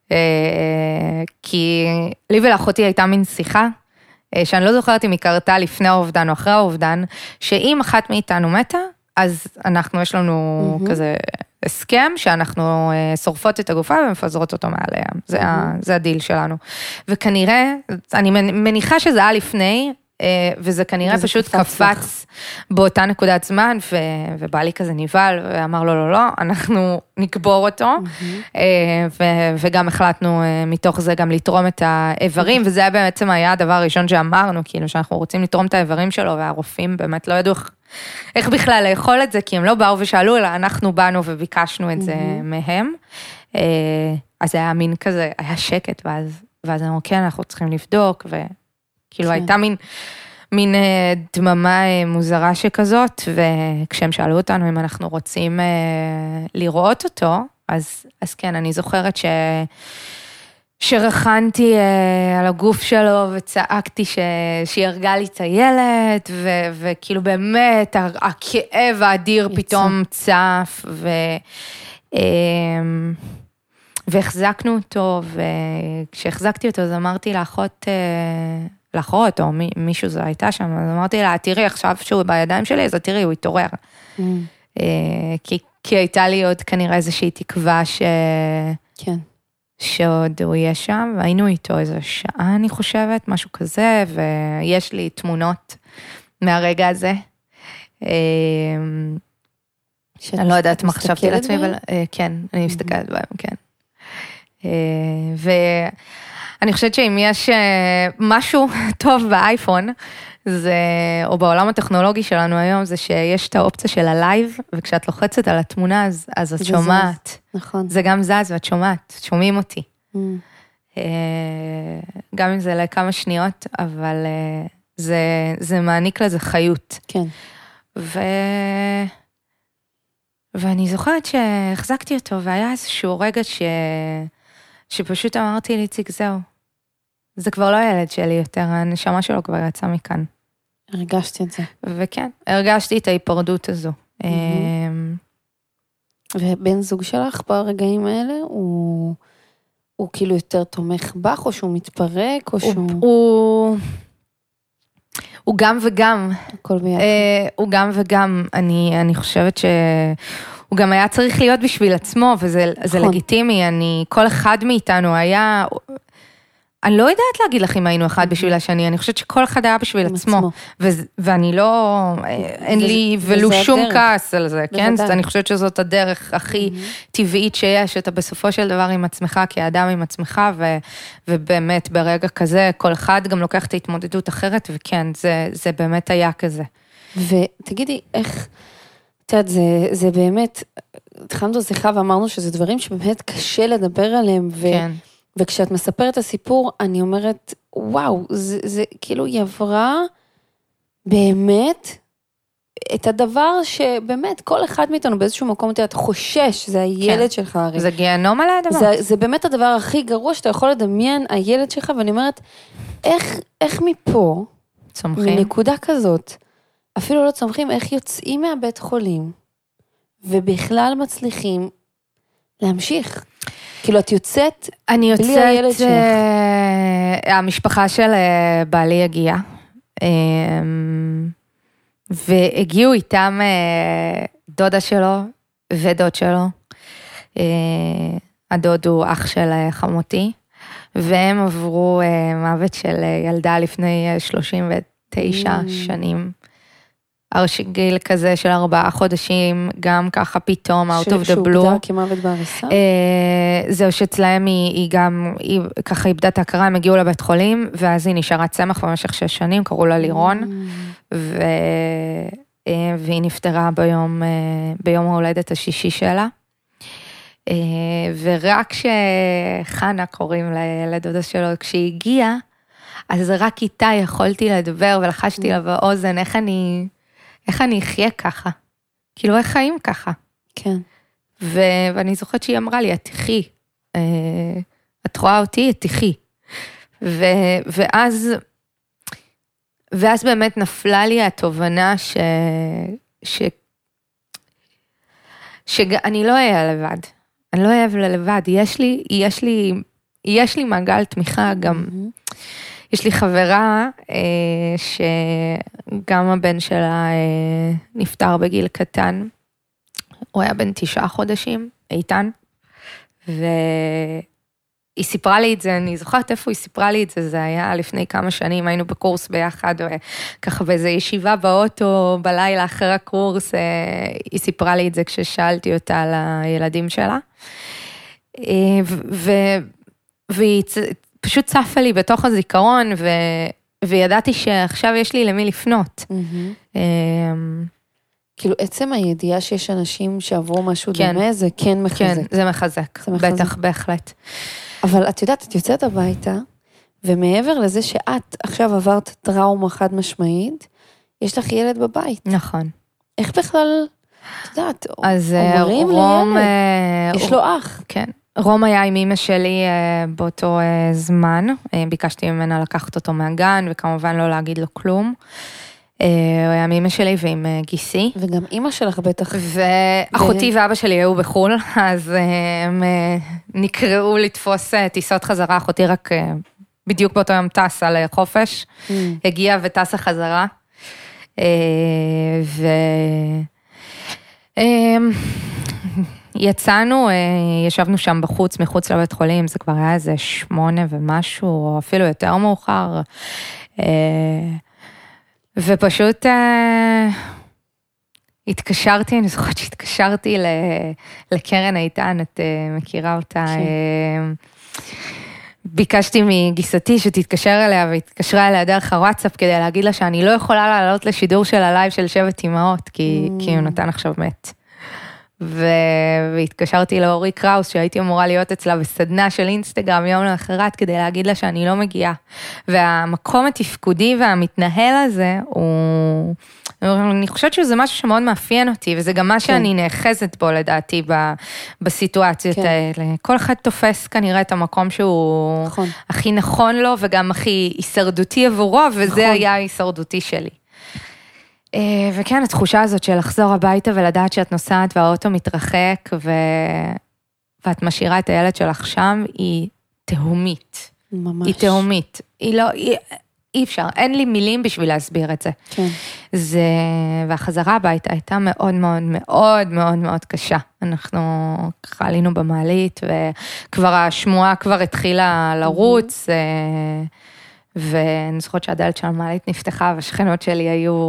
כי לי ולאחותי הייתה מין שיחה, שאני לא זוכרת אם היא קרתה לפני האובדן או אחרי האובדן, שאם אחת מאיתנו מתה, אז יש לנו כזה הסכם, שאנחנו שורפות את הגופה ומפזרות אותו מעליה. זה הדיל שלנו. וכנראה, אני מניחה שזה היה לפני, וזה כנראה פשוט קפץ באותה נקודת זמן, ובעלי כזה ניבל, ואמר לו, לא, אנחנו נקבור אותו, וגם החלטנו מתוך זה גם לתרום את האיברים, וזה היה בעצם היה הדבר הראשון שאמרנו, כאילו שאנחנו רוצים לתרום את האיברים שלו, והרופאים באמת לא ידעו איך בכלל לאכול את זה, כי הם לא באו ושאלו, אלא אנחנו באנו וביקשנו את זה מהם, אז היה מין כזה, היה שקט, ואז אמרו, כן, אנחנו צריכים לבדוק, וכאילו הייתה מין דממה מוזרה שכזאת, וכשהם שאלו אותנו אם אנחנו רוצים לראות אותו, אז כן, אני זוכרת שרחנתי על הגוף שלו, וצעקתי שירגע לי את הילד, וכאילו באמת, הכאב האדיר פתאום צף, והחזקנו אותו, וכשהחזקתי אותו, אז אמרתי לאחות, או מישהו זו הייתה שם, אז אמרתי לה, תראי, עכשיו שהוא בידיים שלי, אז תראי, הוא התעורר. כי הייתה לי עוד כנראה איזושהי תקווה כן. שעוד הוא יהיה שם, והיינו איתו איזו שעה, אני חושבת, משהו כזה, ויש לי תמונות מהרגע הזה. אני לא יודעת מה חשבתי לעצמי, אבל כן, אני מסתכלת בהם, כן. ואני חושבת שאם יש משהו טוב באייפון, או בעולם הטכנולוגי שלנו היום, זה שיש את האופציה של הלייב, וכשאת לוחצת על התמונה, אז את שומעת. נכון. זה גם זז, ואת שומעת, שומעים אותי. גם אם זה לכמה שניות, אבל זה מעניק לזה חיות. כן. ואני זוכרת שהחזקתי אותו, והיה איזשהו רגע שפשוט אמרתי לי, איציק, זהו. זה כבר לא הילד שלי יותר, הנשמה שלו כבר יצא מכאן. הרגשתי את זה. וכן, הרגשתי את ההיפרדות הזו. ובן זוג שלך ברגעים האלה, הוא כאילו יותר תומך בך, או שהוא מתפרק, או שהוא... הוא גם וגם. הכל ביחד. הוא גם וגם. אני חושבת שהוא גם היה צריך להיות בשביל עצמו, וזה לגיטימי. כל אחד מאיתנו היה... אני לא יודעת להגיד לך אם היינו אחד בשביל השני, אני חושבת שכל אחד היה בשביל עצמו, ואני לא, אין לי ולו שום כעס על זה, כן? אני חושבת שזאת הדרך הכי טבעית שיש, אתה בסופו של דבר עם עצמך, כאדם עם עצמך, ובאמת ברגע כזה, כל אחד גם לוקח את ההתמודדות אחרת, וכן, זה באמת היה כזה. ותגידי, איך, את יודעת, זה באמת, התחלנו את השיחה ואמרנו שזה דברים שבאמת קשה לדבר עליהם, כן. וכשאת מספרת את הסיפור, אני אומרת, וואו, זה כאילו היא עברה באמת את הדבר שבאמת כל אחד מאיתנו באיזשהו מקום, אתה חושש, זה הילד שלך הרי. זה גיהנום על הדבר. זה באמת הדבר הכי גרוע שאתה יכול לדמיין, הילד שלך, ואני אומרת, איך מפה, צומחים. מנקודה כזאת, אפילו לא צומחים, איך יוצאים מהבית חולים, ובכלל מצליחים להמשיך. כאילו את יוצאת בלי הילד שלך. המשפחה של בעלי הגיעה, והגיעו איתם דודה שלו ודוד שלו. הדוד הוא אח של חמותי, והם עברו מוות של ילדה לפני 39 שנים. גיל כזה של 4 חודשים, גם ככה פתאום, out of the blue. שהוגדר כמוות בעריסה? זהו שאצלהם היא גם, היא ככה איבדה את ההכרה, הם הגיעו לבית חולים, ואז היא נשארה צמח במשך 6 שנים, קראו לה לירון, והיא נפטרה ביום ההולדת השישי שלה. ורק כשחנה קוראים לדודה שלו, כשהיא הגיעה, אז רק איתה יכולתי לדבר, ולחשתי לה באוזן, איך אני אחיה ככה? כאילו, איך חיים ככה? כן. ואני זוכרת שהיא אמרה לי, את תחי. את רואה אותי, את תחי. ואז באמת נפלה לי התובנה שאני לא אהיה לבד. אני לא אהיה לבד. יש לי מעגל תמיכה גם... יש לי חברה שגם הבן שלה נפטר בגיל קטן, הוא היה בן 9 חודשים, איתן, והיא סיפרה לי את זה, אני זוכרת איפה היא סיפרה לי את זה, זה היה לפני כמה שנים, היינו בקורס ביחד, ככה באיזו ישיבה באוטו, בלילה אחרי הקורס, היא סיפרה לי את זה כששאלתי אותה על הילדים שלה, והיא פשוט צפה לי בתוך הזיכרון, וידעתי שעכשיו יש לי למי לפנות. כאילו עצם הידיעה שיש אנשים שעברו משהו דומה, זה כן מחזק. כן, זה מחזק, בטח, בהחלט. אבל את יודעת, את יוצאת הביתה, ומעבר לזה שאת עכשיו עברת טראומה חד משמעית, יש לך ילד בבית. נכון. איך בכלל, את יודעת, אומרים לילד, יש לו אח. כן. רום היה עם אמא שלי באותו זמן, ביקשתי ממנה לקחת אותו מהגן, וכמובן לא להגיד לו כלום. הוא היה עם אמא שלי ועם גיסי. וגם אמא שלך בטח. ואחותי ואבא שלי היו בחול, אז הם נקראו לתפוס טיסות חזרה, אחותי רק בדיוק באותו יום טסה לחופש, הגיעה וטסה חזרה. יצאנו, ישבנו שם בחוץ, מחוץ לבית חולים, זה כבר היה איזה 8 ומשהו, או אפילו יותר מאוחר, ופשוט התקשרתי, אני זוכרת שהתקשרתי לקרן איתן, את מכירה אותה, ביקשתי מגיסתי שתתקשר אליה, והתקשרה אליה דרך הוואטסאפ, כדי להגיד לה שאני לא יכולה לעלות לשידור של הלייב של 7 אמהות, כי יונתן עכשיו מת. והתקשרתי לאורי קראוס, שהייתי אמורה להיות אצלה בסדנה של אינסטגרם יום לאחרת, כדי להגיד לה שאני לא מגיעה. והמקום התפקודי והמתנהל הזה, אני חושבת שזה משהו שמאוד מאפיין אותי, וזה גם מה שאני נאחזת בו לדעתי בסיטואציות האלה. כל אחד תופס כנראה את המקום שהוא הכי נכון לו, וגם הכי הישרדותי עבורו, וזה היה הישרדותי שלי. וכן, התחושה הזאת של לחזור הביתה ולדעת שאת נוסעת והאוטו מתרחק, ואת משאירה את הילד שלך שם, היא תהומית. ממש. היא תהומית. אי אפשר, אין לי מילים בשביל להסביר את זה. כן. והחזרה הביתה הייתה מאוד מאוד מאוד מאוד מאוד קשה. אנחנו ככה עלינו במעלית, וכבר השמועה כבר התחילה לרוץ, ואני זוכרת שהדלת של המעלית נפתחה, והשכנות שלי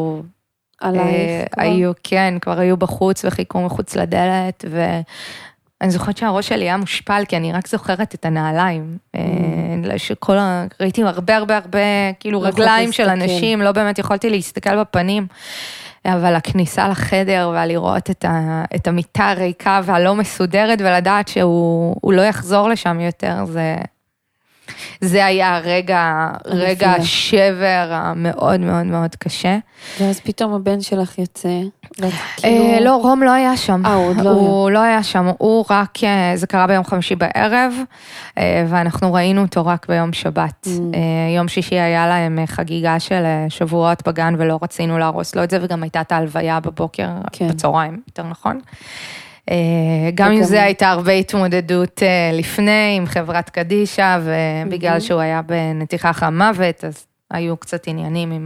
כבר היו בחוץ, וחיכו מחוץ לדלת, ואני זוכרת שהראש שלי היה מושפל, כי אני רק זוכרת את הנעליים, ראיתי הרבה, כאילו רגליים של אנשים, לא באמת יכולתי להסתכל בפנים, אבל הכניסה לחדר, ולראות את המיטה הריקה, והלא מסודרת, ולדעת שהוא לא יחזור לשם יותר, זה היה רגע השבר המאוד מאוד מאוד קשה. ואז פתאום הבן שלך יוצא. לא, רום לא היה שם. הוא לא היה שם, הוא רק, זה קרה ביום חמישי בערב, ואנחנו ראינו אותו רק ביום שבת. יום שישי היה להם חגיגה של שבועות בגן, ולא רצינו להרוס לו את זה, וגם הייתה את ההלוויה בבוקר, בצהריים, יותר נכון. גם עם זה הייתה הרבה התמודדות לפני, עם חברת קדישה, ובגלל שהוא היה בנתיחה אחרי המוות, אז היו קצת עניינים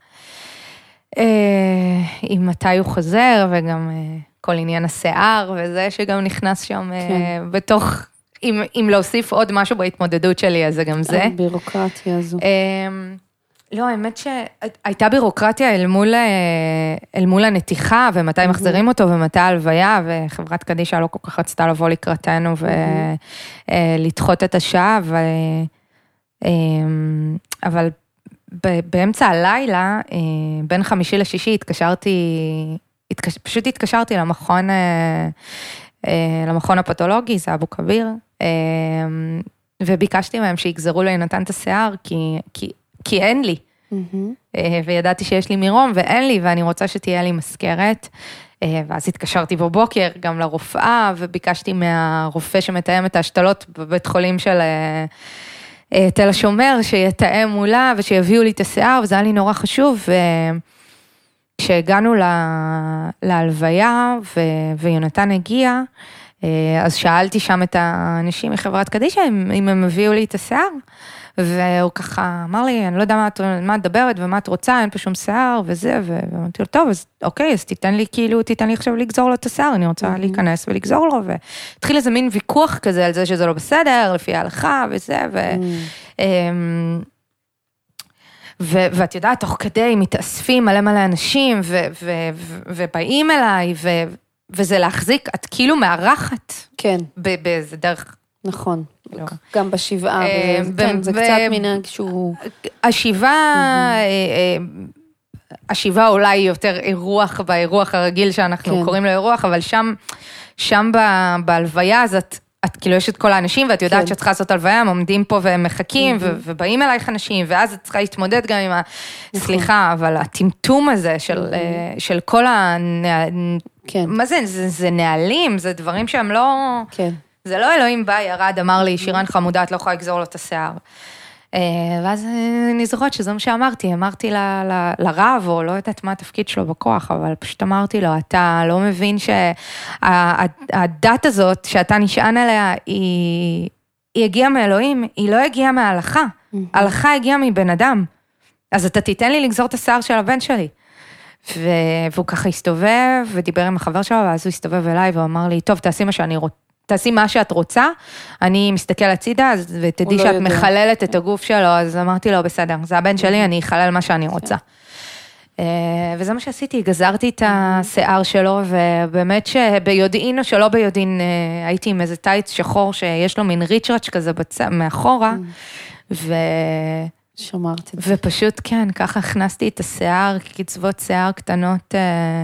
עם מתי הוא חוזר, וגם כל עניין השיער, וזה שגם נכנס שם בתוך, אם להוסיף עוד משהו בהתמודדות שלי, אז זה גם זה. הבירוקרטיה הזו. לא, האמת שהייתה בירוקרטיה אל מול הנתיחה, ומתי מחזירים אותו, ומתי ההלוויה, וחברת קדישה לא כל כך רצתה לבוא לקראתנו, ולדחות את השעה, אבל באמצע הלילה, בין חמישי לשישי, פשוט התקשרתי למכון הפתולוגי, זה אבו כביר, וביקשתי מהם שיגזרו ליונתן את השיער, כי אין לי, וידעתי שיש לי מירום, ואין לי, ואני רוצה שתהיה לי מזכרת, ואז התקשרתי בבוקר גם לרופאה, וביקשתי מהרופא שמתאם את ההשתלות בבית חולים של תל השומר, שיתאם מולה, ושיביאו לי את השיער, וזה היה לי נורא חשוב, וכשהגענו להלוויה, ויונתן הגיע, אז שאלתי שם את האנשים מחברת קדישה, אם הם הביאו לי את השיער, והוא ככה אמר לי, אני לא יודע מה את מדברת ומה את רוצה, אין פה שום שיער וזה, ואמרתי לו, טוב, אז אוקיי, אז תיתן לי עכשיו לגזור לו את השיער, אני רוצה להיכנס ולגזור לו, והתחיל איזה מין ויכוח כזה על זה שזה לא בסדר, לפי ההלכה וזה, ואת יודעת, תוך כדי מתאספים מלא אנשים, ובאים אליי, וזה להחזיק, את כאילו מארחת. כן. באיזה דרך. נכון. גם בשבעה, זה קצת מנהג שהוא... השבעה אולי יותר אירוח, באירוח הרגיל שאנחנו קוראים לו אירוח, אבל שם בהלוויה, אז את כאילו יש את כל האנשים, ואת יודעת שאת צריכה לעשות הלוויה, הם עומדים פה והם מחכים, ובאים אלייך אנשים, ואז את צריכה להתמודד גם עם סליחה, אבל הטמטום הזה של כל מה זה? זה נהלים, זה דברים שהם לא... כן. זה לא אלוהים בא, ירד, אמר לי, שירן חמודה, את לא יכולה לגזור לו את השיער. ואז אני זוכרת שזה מה שאמרתי, אמרתי לרב, או לא יודעת מה התפקיד שלו בכוח, אבל פשוט אמרתי לו, אתה לא מבין שהדת הזאת, שאתה נשען עליה, היא הגיעה מאלוהים, היא לא הגיעה מההלכה. ההלכה הגיעה מבן אדם. אז אתה תיתן לי לגזור את השיער של הבן שלי. והוא ככה הסתובב ודיבר עם החבר שלו, ואז הוא הסתובב אליי ואמר לי, טוב, תעשי מה שאת רוצה, אני מסתכל הצידה, ותדעי שאת מחללת את הגוף שלו, אז אמרתי לו, בסדר, זה הבן שלי, אני אחלל מה שאני רוצה. וזה מה שעשיתי, גזרתי את השיער שלו, ובאמת שביודעין או שלא ביודעין, הייתי עם איזה טייץ שחור, שיש לו מין ריצ'רץ' כזה מאחורה, שמרתי. ופשוט כן, ככה הכנסתי את השיער, קצוות שיער קטנות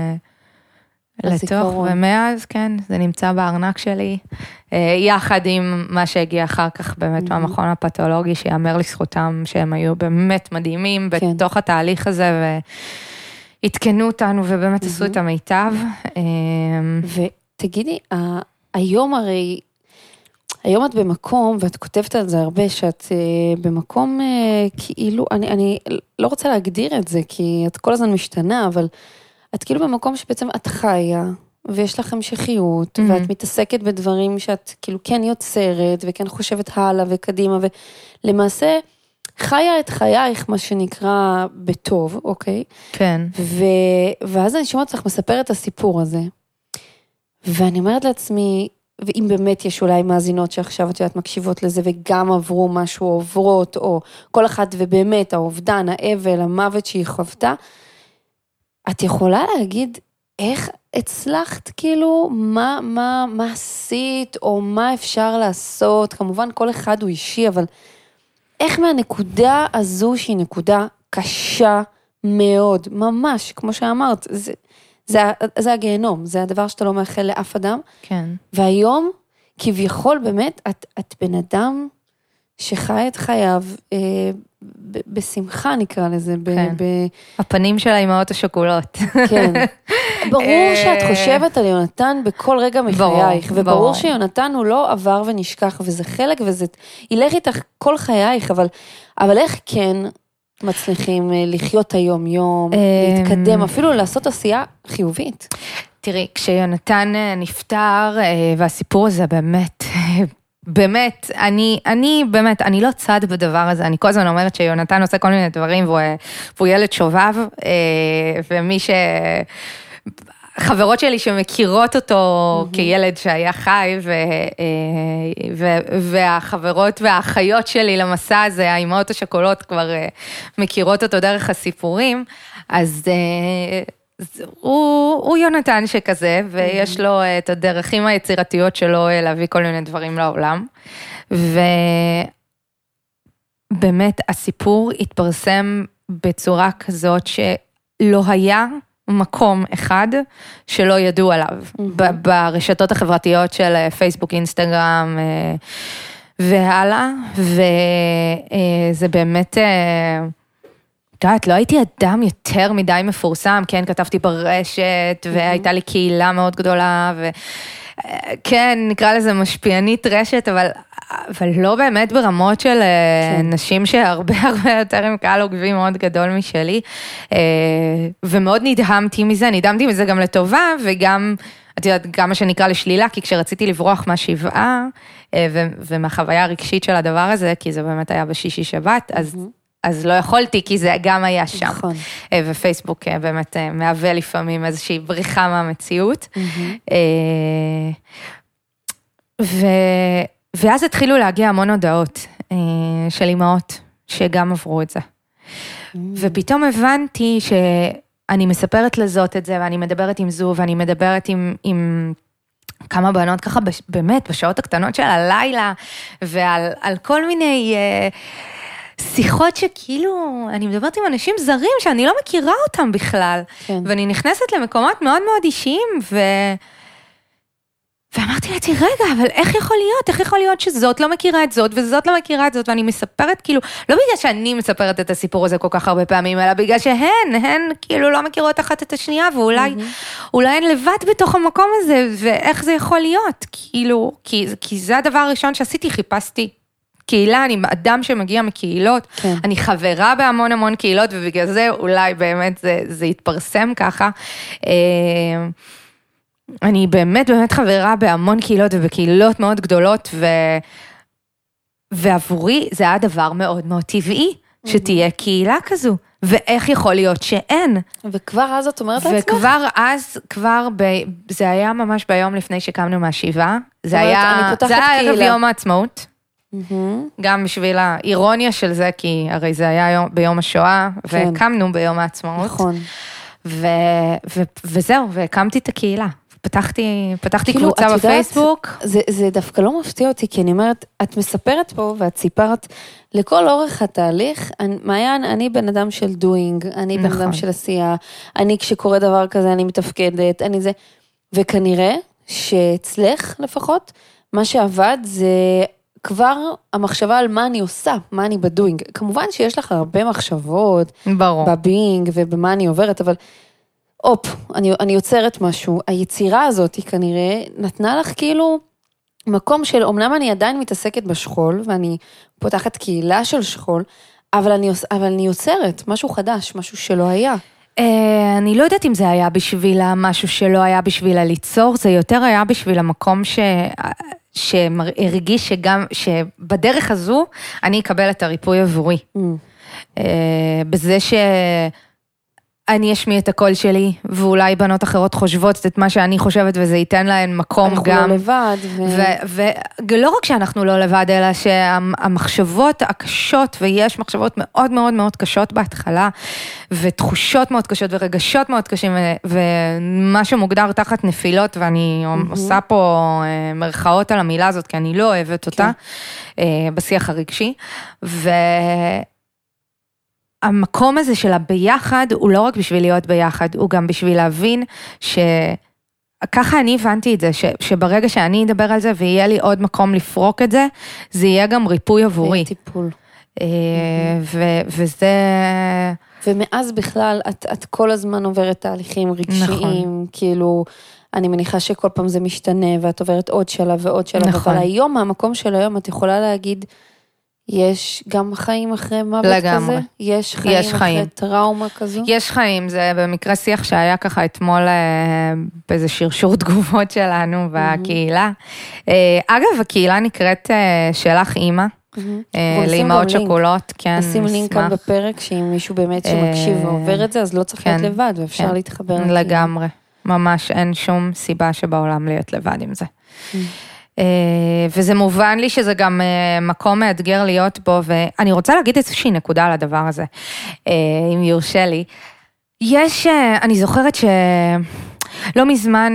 לתוך, ומאז כן, זה נמצא בארנק שלי, יחד עם מה שהגיע אחר כך באמת מהמכון הפתולוגי, שיאמר לזכותם שהם היו באמת מדהימים בתוך התהליך הזה, והתקנו אותנו ובאמת עשו את המיטב. ותגידי, היום הרי, היום את במקום, ואת כותבת על זה הרבה, שאת במקום כאילו, אני לא רוצה להגדיר את זה, כי את כל הזמן משתנה, אבל את כאילו במקום שבעצם את חיה, ויש לך המשכיות, ואת מתעסקת בדברים שאת כאילו כן יוצרת, וכן חושבת הלאה וקדימה, ולמעשה חיה את חייך, מה שנקרא בטוב, אוקיי? כן. ואז אני שומעת לך מספר את הסיפור הזה, ואני אומרת לעצמי, ואם באמת יש אולי מאזינות שעכשיו את יודעת מקשיבות לזה, וגם עברו משהו, עוברות, או כל אחת ובאמת האובדן, האבל, המוות שהיא חוותה, את יכולה להגיד איך הצלחת, כאילו, מה עשית, או מה אפשר לעשות, כמובן כל אחד הוא אישי, אבל איך מהנקודה הזו, שהיא נקודה קשה מאוד, ממש, כמו שאמרת, זה הגיהנום, זה הדבר שאתה לא מאחל לאף אדם. כן. והיום, כביכול באמת, את בן אדם שחי את חייו בשמחה נקרא לזה. כן. הפנים של האימהות השכולות. כן. ברור שאת חושבת על יונתן בכל רגע מחייך, וברור שיונתן הוא לא עבר ונשכח, וזה חלק, וזה ילך איתך כל חייך, אבל איך כן מצליחים לחיות היום יום, להתקדם, אפילו לעשות עשייה חיובית? תראי, כשיונתן נפטר, והסיפור הזה באמת, אני לא צד בדבר הזה, אני כל הזמן אומרת שיונתן עושה כל מיני דברים, והוא ילד שובב, ומי חברות שלי שמכירות אותו כילד שהיה חי, והחברות והאחיות שלי למסע הזה, האימהות השכולות כבר מכירות אותו דרך הסיפורים, אז הוא יונתן שכזה, ויש לו את הדרכים היצירתיות שלו להביא כל מיני דברים לעולם, ובאמת הסיפור התפרסם בצורה כזאת שלא היה מקום אחד שלא ידעו עליו, ברשתות החברתיות של פייסבוק, אינסטגרם והלאה, וזה באמת, יודעת, לא הייתי אדם יותר מדי מפורסם, כן, כתבתי ברשת, והייתה לי קהילה מאוד גדולה, וכן, נקרא לזה משפיענית רשת, אבל לא באמת ברמות של נשים שהרבה יותר עם קהל עוקבים מאוד גדול משלי, ומאוד נדהמתי מזה גם לטובה, וגם, את יודעת, גם מה שנקרא לשלילה, כי כשרציתי לברוח מהשבעה, ומהחוויה הרגשית של הדבר הזה, כי זה באמת היה בשישי שבת, אז לא יכולתי, כי זה גם היה שם. נכון. ופייסבוק באמת מהווה לפעמים איזושהי בריחה מהמציאות. ואז התחילו להגיע המון הודעות של אימהות שגם עברו את זה. ופתאום הבנתי שאני מספרת לזאת את זה, ואני מדברת עם זו, ואני מדברת עם כמה בנות ככה באמת בשעות הקטנות של הלילה, ועל כל מיני שיחות שכאילו, אני מדברת עם אנשים זרים שאני לא מכירה אותם בכלל, כן. ואני נכנסת למקומות מאוד מאוד אישיים, ואמרתי לעצמי, רגע, אבל איך יכול להיות שזאת לא מכירה את זאת, וזאת לא מכירה את זאת, ואני מספרת כאילו, לא בגלל שאני מספרת את הסיפור הזה כל כך הרבה פעמים, אלא בגלל שהן כאילו לא מכירות אחת את השנייה, ואולי הן לבד בתוך המקום הזה, ואיך זה יכול להיות, כאילו, כי זה הדבר הראשון שעשיתי, חיפשתי קהילה, אני אדם שמגיע מקהילות, כן. אני חברה בהמון המון קהילות, ובגלל זה אולי באמת זה יתפרסם ככה, אני באמת חברה בהמון קהילות, ובקהילות מאוד גדולות, ועבורי זה היה דבר מאוד מאוד טבעי, שתהיה קהילה כזו, ואיך יכול להיות שאין? וכבר אז את אומרת לעצמך? וכבר אז, זה היה ממש ביום לפני שקמנו מהשבעה, זה היה ערב יום העצמאות, גם בשביל האירוניה של זה, כי הרי זה היה ביום השואה, והקמנו ביום העצמאות. נכון. וזהו, והקמתי את הקהילה. פתחתי קבוצה בפייסבוק. זה דווקא לא מפתיע אותי, כי אני אומרת, את מספרת פה, ואת סיפרת לכל אורך התהליך, מעיין, אני בן אדם של doing, אני בן אדם של עשייה, אני כשקורה דבר כזה, אני מתפקדת, אני זה, וכנראה שאצלך לפחות, מה שעבד זה כבר המחשבה על מה אני עושה, מה אני בדוינג. כמובן שיש לך הרבה מחשבות, בבינג ובמה אני עוברת, אבל אני יוצרת משהו, היצירה הזאת היא כנראה נתנה לך כאילו מקום של, אמנם אני עדיין מתעסקת בשכול, ואני פותחת קהילה של שכול, אבל אני יוצרת משהו חדש, משהו שלא היה. אני לא יודעת אם זה היה בשביל משהו שלא היה בשביל ליצור, זה יותר היה בשביל המקום שהרגיש שגם, שבדרך הזו אני אקבל את הריפוי עבורי. בזה אני אשמיע את הקול שלי, ואולי בנות אחרות חושבות את מה שאני חושבת, וזה ייתן להן מקום אנחנו גם. אנחנו לא לבד. ולא רק שאנחנו לא לבד, אלא שהמחשבות הקשות, ויש מחשבות מאוד מאוד מאוד קשות בהתחלה, ותחושות מאוד קשות, ורגשות מאוד קשים, ומה שמוגדר תחת נפילות, ואני עושה פה מרכאות על המילה הזאת, כי אני לא אוהבת אותה, בשיח הרגשי, המקום הזה של הביחד, הוא לא רק בשביל להיות ביחד, הוא גם בשביל להבין ככה אני הבנתי את זה, שברגע שאני אדבר על זה, ויהיה לי עוד מקום לפרוק את זה, זה יהיה גם ריפוי עבורי. טיפול. וזה... ומאז בכלל, את כל הזמן עוברת תהליכים רגשיים, כאילו, אני מניחה שכל פעם זה משתנה, ואת עוברת עוד שלב ועוד שלב, אבל היום, המקום של היום, את יכולה להגיד, יש גם חיים אחרי מוות כזה? יש חיים אחרי טראומה כזו? יש חיים, זה במקרה שיח שהיה ככה אתמול באיזה שרשור תגובות שלנו בקהילה. אגב, הקהילה נקראת שלך אימא, לאמהות שכולות. נשים לינק כאן בפרק, שאם מישהו באמת שמקשיב ועובר את זה, אז לא צריך להיות לבד, ואפשר להתחבר. לגמרי, ממש אין שום סיבה שבעולם להיות לבד עם זה. וזה מובן לי שזה גם מקום מאתגר להיות בו, ואני רוצה להגיד איזושהי נקודה על הדבר הזה, אם יורשה לי. אני זוכרת שלא מזמן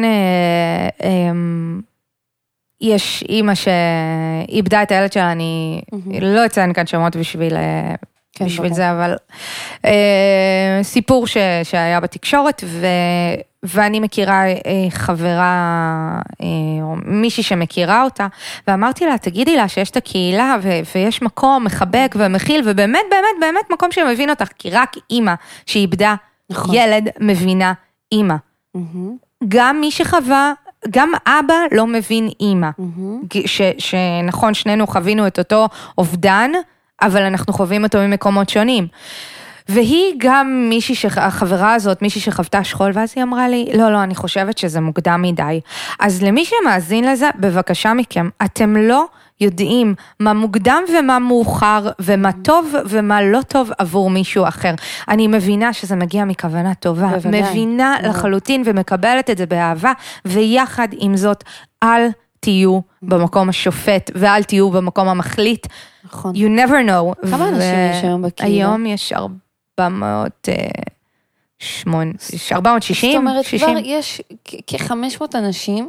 יש אימא שאיבדה את הילד שלה, אני לא אציין כאן שמות בשביל זה, אבל סיפור שהיה בתקשורת, ואני מכירה חברה, או מישהי שמכירה אותה, ואמרתי לה, תגידי לה שיש את הקהילה, ויש מקום מחבק ומכיל, ובאמת, באמת, באמת מקום שמבין אותך, כי רק אימא שאיבדה ילד מבינה אימא. גם מי שחווה, גם אבא לא מבין אימא. שנכון, שנינו חווינו את אותו אובדן, אבל אנחנו חווים אותו ממקומות שונים. והיא גם החברה הזאת, מישהי שחוותה שכול, ואז היא אמרה לי, לא, אני חושבת שזה מוקדם מדי. אז למי שמאזין לזה, בבקשה מכם, אתם לא יודעים מה מוקדם ומה מאוחר, ומה טוב ומה לא טוב עבור מישהו אחר. אני מבינה שזה מגיע מכוונה טובה, מבינה לחלוטין ומקבלת את זה באהבה, ויחד עם זאת, אל תהיו במקום השופט, ואל תהיו במקום המחליט. נכון. You never know. כמה אנשים יש היום בקהילה? היום יש 460. זאת אומרת, כבר יש כ-500 אנשים,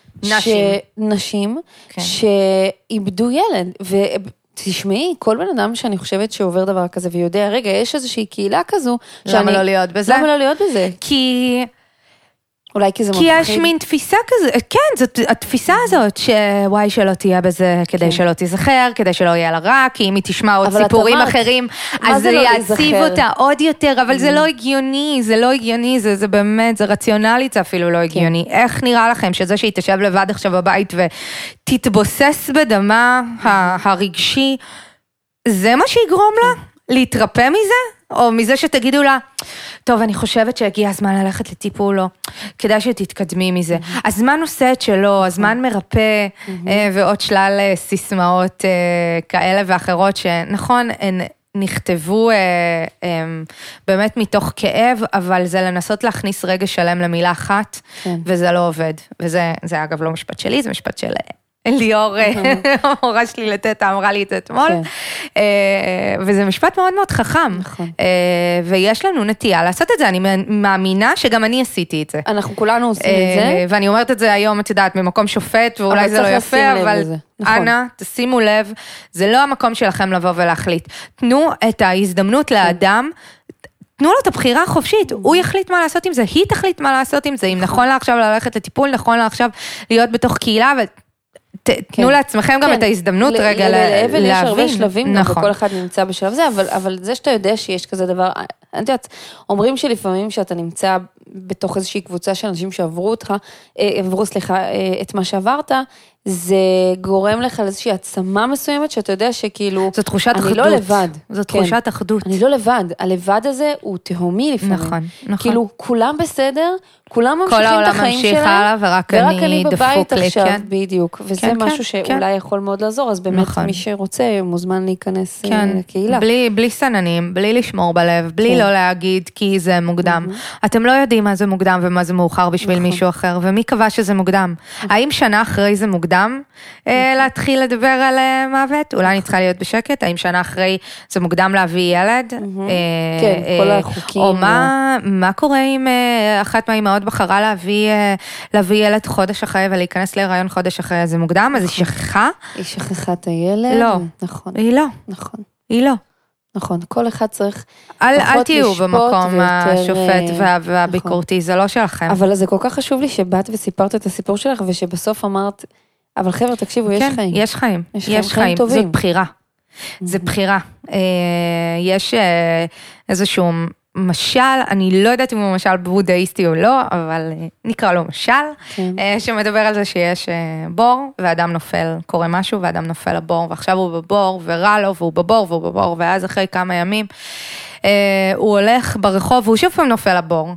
נשים, שאיבדו ילד, ותשמעי, כל בן אדם שאני חושבת שעובר דבר כזה, ויודע, רגע, יש איזושהי קהילה כזו, למה לא להיות בזה? למה לא להיות בזה? אולי כי זה מפחיד. כי יש מין תפיסה כזה, כן, זאת התפיסה הזאת, שוואי שלא תהיה בזה, כדי שלא תיזכר, כדי שלא יהיה לה רע, כי אם היא תשמע עוד סיפורים אחרים, אז זה יעציב אותה עוד יותר, אבל זה לא הגיוני, זה באמת, זה רציונלית, זה אפילו לא הגיוני. איך נראה לכם שזה שהיא תשב לבד עכשיו בבית, ותתבוסס בדמה הרגשי, זה מה שיגרום לה? להתרפא מזה? או מזה שתגידו לה, טוב, אני חושבת שהגיע הזמן ללכת לטיפול, או כדאי שתתקדמי מזה. הזמן עושה את שלו, הזמן מרפא, ועוד שלל סיסמאות כאלה ואחרות, שנכון, נכתבו באמת מתוך כאב, אבל זה לנסות להכניס רגע שלם למילה אחת, וזה לא עובד. וזה אגב לא משפט שלי, זה משפט של ליאור, המורה שלי לתתה, אמרה לי את זה אתמול, וזה משפט מאוד מאוד חכם, ויש לנו נטייה לעשות את זה, אני מאמינה שגם אני עשיתי את זה. אנחנו כולנו עושים את זה. ואני אומרת את זה היום, את יודעת, ממקום שופט, ואולי זה לא יפה, אבל אנא, תשימו לב, זה לא המקום שלכם לבוא ולהחליט. תנו את ההזדמנות לאדם, תנו לו את הבחירה החופשית, הוא יחליט מה לעשות עם זה, היא תחליט מה לעשות עם זה, אם נכון לה עכשיו ללכת לטיפול, נכון לה עכשיו להיות בתוך קהילה, תנו לעצמכם גם את ההזדמנות רגע להבין. יש הרבה שלבים, וכל אחד נמצא בשלב זה, אבל זה שאתה יודע שיש כזה דבר, אני יודעת, אומרים שלפעמים שאתה נמצא בתוך איזושהי קבוצה של אנשים שעברו את מה שעברת, זה גורם לך לאיזושהי עצמה מסוימת, שאתה יודע שכאילו, זו תחושת אחדות. אני לא לבד. זו תחושת אחדות. אני לא לבד. הלבד הזה הוא תהומי לפעמים. נכון. כאילו, כולם בסדר, כולם ממשיכים את החיים שלהם, ורק אני בבית דפוק לי, עכשיו, כן. בדיוק. וזה משהו שאולי יכול מאוד לעזור, אז באמת מי שרוצה מוזמן להיכנס לקהילה. בלי סננים, בלי לשמור בלב, בלי לא להגיד כי זה מוקדם. אתם לא יודעים מה זה מוקדם ומה זה מאוחר בשביל מישהו אחר, ומי קבע שזה מוקדם? האם שנה אחרי זה מוקדם להתחיל לדבר על מוות? אולי אני צריכה להיות בשקט? האם שנה אחרי זה מוקדם להביא ילד? כן, כל החוקים. או מה קורה אם אחת מהאימהות בחרה להביא ילד חודש אחרי ולהיכנס להיריון חודש אחרי, זה מוקדם? אז היא שכחה? היא שכחה את הילד? לא. נכון. היא לא. נכון. היא לא. נכון, כל אחד צריך אל תהיו במקום השופט והביקורתי, זה לא שלכם. אבל זה כל כך חשוב לי שבאת וסיפרת את הסיפור שלך, ושבסוף אמרת, אבל חבר'ה, תקשיבו, יש חיים. יש חיים. יש חיים. זאת בחירה. זה בחירה. יש איזשהו משל, אני לא יודעת אם הוא משל בודהיסטי או לא, אבל נקרא לו משל, שמדבר על זה שיש בור, ואדם נופל, קורה משהו, ואדם נופל לבור, ועכשיו הוא בבור, ורע לו, והוא בבור, ואז אחרי כמה ימים, הוא הולך ברחוב, והוא שוב פעם נופל לבור,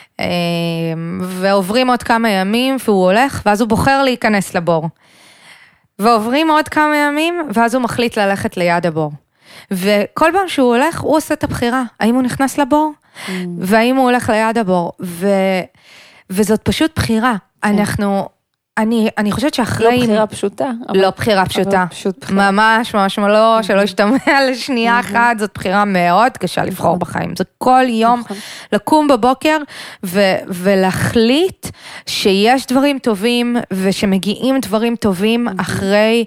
ועוברים עוד כמה ימים, והוא הולך, ואז הוא בוחר להיכנס לבור, ועוברים עוד כמה ימים, ואז הוא מחליט ללכת ליד הבור. וכל פעם שהוא הולך, הוא עושה את הבחירה, האם הוא נכנס לבור, והאם הוא הולך ליד הבור, וזאת פשוט בחירה. אני חושבת שאחרי... לא בחירה פשוטה. לא בחירה פשוטה. ממש לא, שלא ישתמע לשנייה אחת, זאת בחירה מאוד קשה לבחור בחיים. זה כל יום לקום בבוקר ולהחליט שיש דברים טובים, ושמגיעים דברים טובים אחרי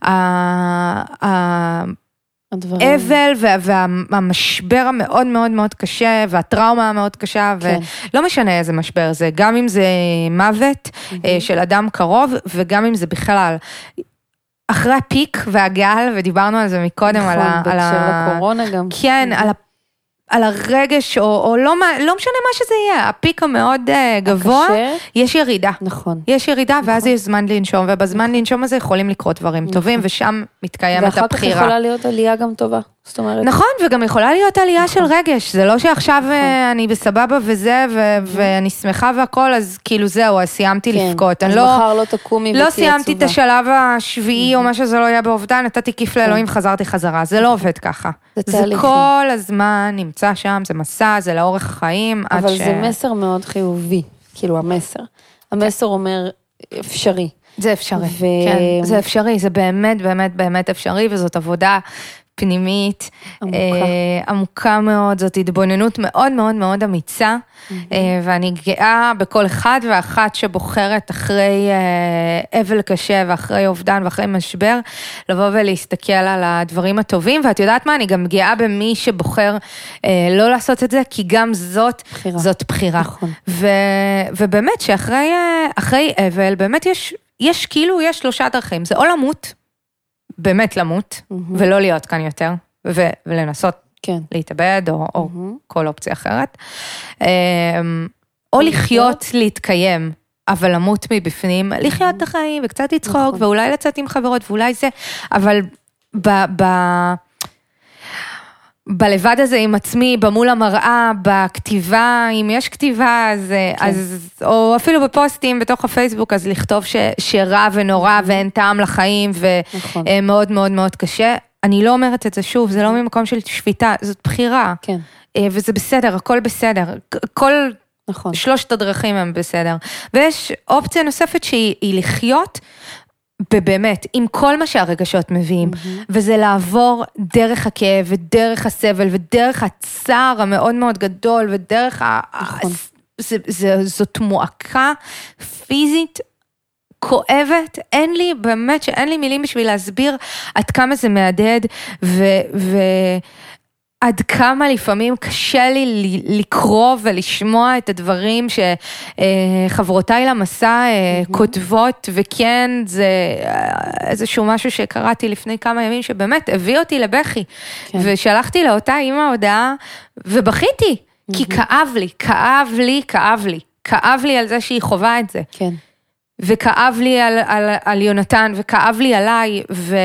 אבל והמשבר המאוד מאוד מאוד קשה, והטראומה המאוד קשה, ולא משנה איזה משבר זה, גם אם זה מוות של אדם קרוב, וגם אם זה בכלל, אחרי הפיק והגל, ודיברנו על זה מקודם, בהקשר לקורונה גם. כן, על הרגש, או לא משנה מה שזה יהיה, הפיק המאוד גבוה, יש ירידה. נכון. יש ירידה, ואז יש זמן לנשום, ובזמן לנשום הזה יכולים לקרות דברים טובים, ושם מתקיימת הבחירה. ואחר כך יכולה להיות עלייה גם טובה. נכון, וגם יכולה להיות עלייה של רגש, זה לא שעכשיו אני בסבבה וזה, ואני שמחה והכל, אז כאילו זהו, אז סיימתי לבכות. אז מחר לא תקומי לא סיימתי את השלב השביעי, או מה שזה לא יהיה באובדן, נתתי כיף לאלוהים, חזרתי חזרה, זה לא עובד ככה. זה כל הזמן נמצא שם, זה מסע, זה לאורך החיים. אבל זה מסר מאוד חיובי, כאילו המסר אומר אפשרי. זה אפשרי, כן, זה אפשרי, זה באמת באמת באמת אפשרי, וזאת עבודה פנימית, עמוקה מאוד, זאת התבוננות מאוד מאוד מאוד אמיצה, ואני גאה בכל אחד ואחת שבוחרת אחרי אבל קשה, ואחרי אובדן ואחרי משבר, לבוא ולהסתכל על הדברים הטובים, ואת יודעת מה, אני גם גאה במי שבוחר לא לעשות את זה, כי גם זאת בחירה. ובאמת שאחרי אבל, באמת יש כאילו, יש 3 דרכים, זה או למות, באמת למות, ולא להיות כאן יותר, ולנסות להתאבד, או כל אופציה אחרת, או לחיות, להתקיים, אבל למות מבפנים, לחיות את החיים, וקצת לצחוק, ואולי לצאת עם חברות, ואולי זה, אבל בלבד הזה עם עצמי, במול המראה, בכתיבה, אם יש כתיבה, אז או אפילו בפוסטים בתוך הפייסבוק, אז לכתוב שרע ונורא ואין טעם לחיים, ומאוד מאוד מאוד קשה, אני לא אומרת את זה שוב, זה לא ממקום של שפיטה, זאת בחירה. כן. וזה בסדר, הכל בסדר. כל נכון. 3 הדרכים הם בסדר. ויש אופציה נוספת שהיא לחיות, באמת, עם כל מה שהרגשות מביאים, וזה לעבור דרך הכאב, ודרך הסבל, ודרך הצער המאוד מאוד גדול, ודרך זאת מועקה פיזית, כואבת, אין לי, באמת שאין לי מילים בשביל להסביר עד כמה זה מהדהד, עד כמה לפעמים קשה לי לקרוא ולשמוע את הדברים שחברותיי למסע כותבות, וכן, זה איזשהו משהו שקראתי לפני כמה ימים, שבאמת הביא אותי לבכי, ושלחתי לאותה אמא הודעה, ובכיתי, כי כאב לי על זה שהיא חובה את זה. כן. וכאב לי על יונתן, וכאב לי עליי,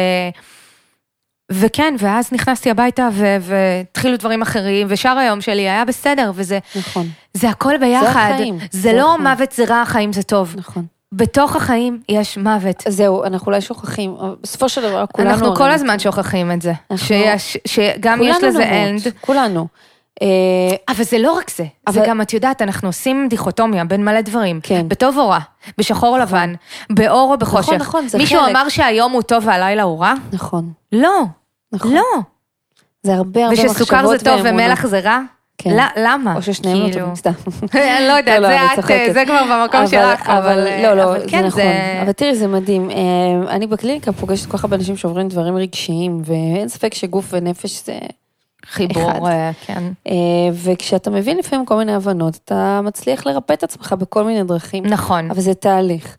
וכן, ואז נכנסתי הביתה, והתחילו דברים אחרים, ושאר היום שלי היה בסדר, וזה, נכון. זה הכל ביחד. זה החיים. זה לא מוות זה רע, החיים זה טוב. נכון. בתוך החיים יש מוות. זהו, אנחנו אולי שוכחים, בסופו של דבר, כולנו... אנחנו כל הזמן שוכחים את זה. שגם יש לזה אנד. כולנו. אבל זה לא רק זה, זה גם, את יודעת, אנחנו עושים דיכוטומיה בין מלא דברים, בטוב או רע, בשחור או לבן, באור או בחושך. נכון, זה מישהו אמר שהיום הוא טוב והלילה הוא רע? נכון. לא, לא. זה הרבה מחשבות ושסוכר זה טוב ומלח זה רע? למה? או ששניהם לא טובים, סתם. אני לא יודעת, זה כבר במקום שלך, אבל זה נכון. אבל תראי, זה מדהים. אני בקליניקה פוגשת כל כך הרבה אנשים שעוברים דברים רגשיים, ואין ספק שגוף ונפש זה... חיבור, כן. וכשאתה מבין לפעמים כל מיני הבנות, אתה מצליח לרפא את עצמך בכל מיני דרכים. נכון. אבל זה תהליך.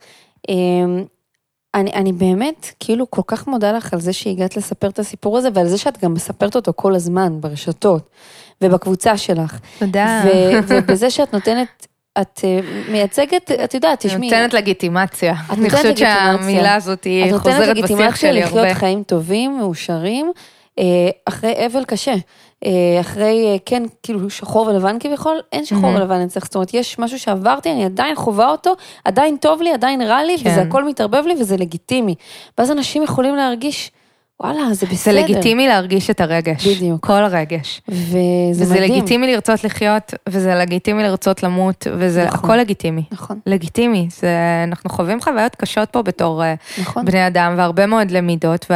אני באמת, כאילו, כל כך מודה לך על זה שהגעת לספר את הסיפור הזה, ועל זה שאת גם מספרת אותו כל הזמן, ברשתות, ובקבוצה שלך. תודה. ובזה שאת נותנת, את מייצגת, את יודעת, תשמעי. נותנת לגיטימציה. אני חושבת שהמילה הזאת היא חוזרת בשיח שלי הרבה. את נותנת לגיטימציה לחיות חיים טובים, מאושרים, אחרי אבל קשה. אחרי, כן, כאילו שחור ולבן כביכול, אין שחור ולבן אצלך, זאת אומרת, יש משהו שעברתי, אני עדיין חובה אותו, עדיין טוב לי, עדיין רע לי, וזה הכל מתערבב לי, וזה לגיטימי. ואז אנשים יכולים להרגיש, וואלה, זה בסדר. זה לגיטימי להרגיש את הרגש. בדיוק. כל הרגש. וזה לגיטימי לרצות לחיות, וזה לגיטימי לרצות למות, וזה הכל לגיטימי. נכון. לגיטימי. אנחנו חווים חוויות קשות פה בתור בני אדם, והרבה מאוד למידות,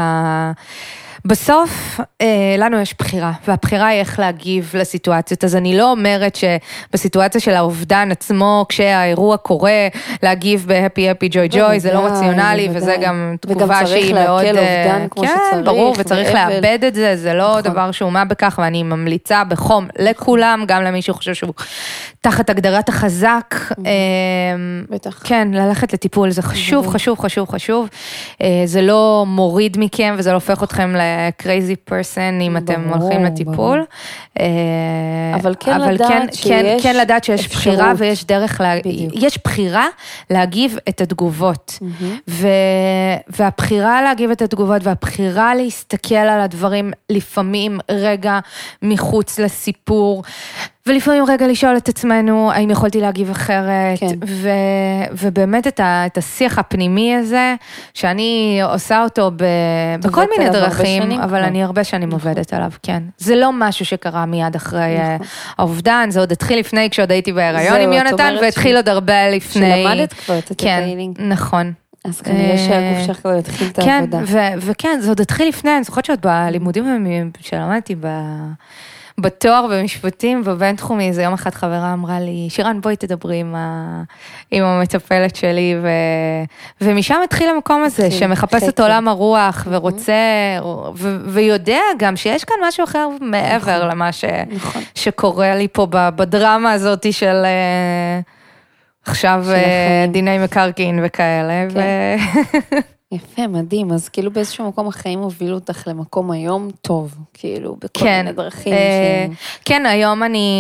בסוף, לנו יש בחירה, והבחירה היא איך להגיב לסיטואציות, אז אני לא אומרת שבסיטואציה של האובדן עצמו, כשהאירוע קורה, להגיב בהפי הפי ג'וי ג'וי, זה לא רציונלי, וזה גם תגובה שהיא מאוד... וגם צריך להקל אובדן כמו שצריך. כן, ברור, וצריך לאבד את זה, זה לא דבר שהוא מה בכך, ואני ממליצה בחום לכולם, גם למי שחושב שהוא תחת הגדרת החזק, כן, ללכת לטיפול, זה חשוב, חשוב, חשוב, חשוב, זה לא מוריד מכם, וזה לא הופך אתכם crazy person אם אתם הולכים לטיפול. אבל כן לדעת שיש בחירה ויש דרך, יש בחירה להגיב את התגובות. והבחירה להגיב את התגובות והבחירה להסתכל על הדברים לפעמים רגע מחוץ לסיפור. ולפעמים רגע לשאול את עצמנו, האם יכולתי להגיב אחרת, ובאמת את השיח הפנימי הזה, שאני עושה אותו בכל מיני דרכים, אבל אני הרבה שנים עובדת עליו, כן. זה לא משהו שקרה מיד אחרי האובדן, זה עוד התחיל לפני, כשעוד הייתי בהיריון עם יונתן, והתחיל עוד הרבה לפני. שלמדת כבר את הטיילינג. כן, נכון. אז כנראה שהגוף שלך כבר התחיל את העבודה. וכן, זה עוד התחיל לפני, אני זוכרת שעוד בלימודים שלמדתי בתואר במשפטים, בבין תחומי, זה יום אחד חברה אמרה לי, שירן בואי תדברי עם המטפלת שלי, ומשם התחיל המקום הזה, שמחפש את עולם הרוח, ורוצה, ויודע גם שיש כאן משהו אחר מעבר למה שקורה לי פה בדרמה הזאת של עכשיו דיני מקרקעין וכאלה, יפה, מדהים, אז כאילו באיזשהו מקום החיים הובילו אותך למקום היום טוב, כאילו בכל מיני דרכים. כן, היום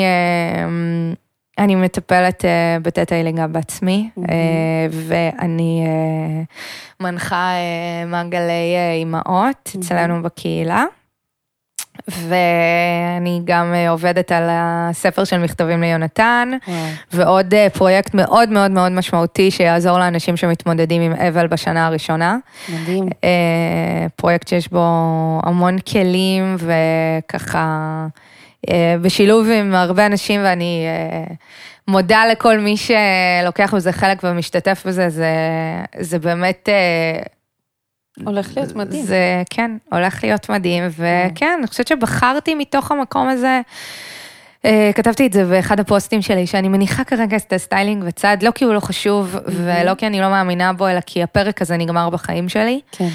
אני מטפלת בטטה-הילינג בעצמי, ואני מנחה מעגלי אימהות אצלנו בקהילה, ואני גם עובדת על הספר של מכתבים ליונתן, ועוד פרויקט מאוד מאוד מאוד משמעותי שיעזור לאנשים שמתמודדים עם אבל בשנה הראשונה. מדהים. פרויקט שיש בו המון כלים וככה בשילוב עם הרבה אנשים, ואני מודה לכל מי שלוקח בזה חלק ומשתתף בזה, זה באמת הולך להיות מדהים. זה, כן, הולך להיות מדהים, וכן, אני חושבת שבחרתי מתוך המקום הזה, כתבתי את זה באחד הפוסטים שלי, שאני מניחה כרגע את הסטיילינג בצד, לא כי הוא לא חשוב, ולא כי אני לא מאמינה בו, אלא כי הפרק הזה נגמר בחיים שלי. כן.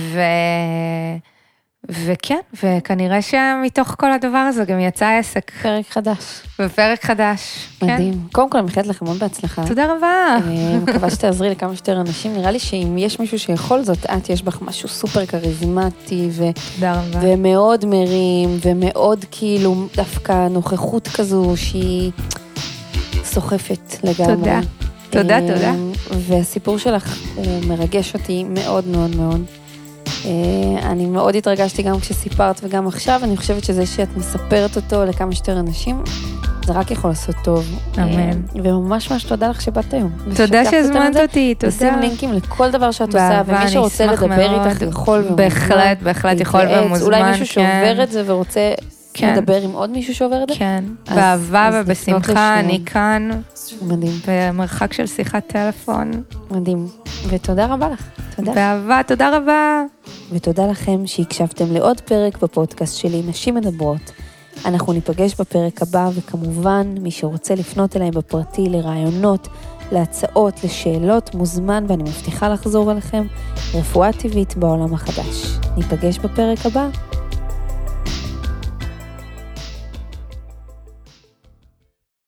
וכן, וכנראה שמתוך כל הדבר הזה גם יצא עסק. פרק חדש. בפרק חדש. מדהים. כן. קודם כל, אני מאחלת לך המון בהצלחה. תודה רבה. מקווה שתעזרי לכמה שיותר אנשים. נראה לי שאם יש מישהו שיכול זאת, יש בך משהו סופר קריזמטי, ומאוד מרים, ומאוד כאילו דווקא נוכחות כזו שהיא סוחפת לגמרי. תודה. תודה. והסיפור שלך מרגש אותי מאוד מאוד מאוד. אני מאוד התרגשתי גם כשסיפרת וגם עכשיו, אני חושבת שזה שאת מספרת אותו לכמה שיותר אנשים, זה רק יכול לעשות טוב. אמן. וממש ממש תודה לך שבאת היום. תודה שהזמנת אותי, תודה. נשים לינקים לכל דבר שאת עושה, ומי שרוצה לדבר איתך יכול ומוזמן. בהחלט יכול ומוזמן. אולי מישהו שעובר את זה ורוצה לדבר עם עוד מישהו שעובר את זה. כן, באהבה ובשמחה, אני כאן. מדהים. במרחק של שיחת טלפון. מדהים. ותודה רבה לך. באהבה, תודה רבה. ותודה לכם שהקשבתם לעוד פרק בפודקאסט שלי, נשים מדברות. אנחנו ניפגש בפרק הבא, וכמובן, מי שרוצה לפנות אליי בפרטי לרעיונות, להצעות, לשאלות, מוזמן, ואני מבטיחה לחזור אליכם, רפואה טבעית בעולם החדש. ניפגש בפרק הבא.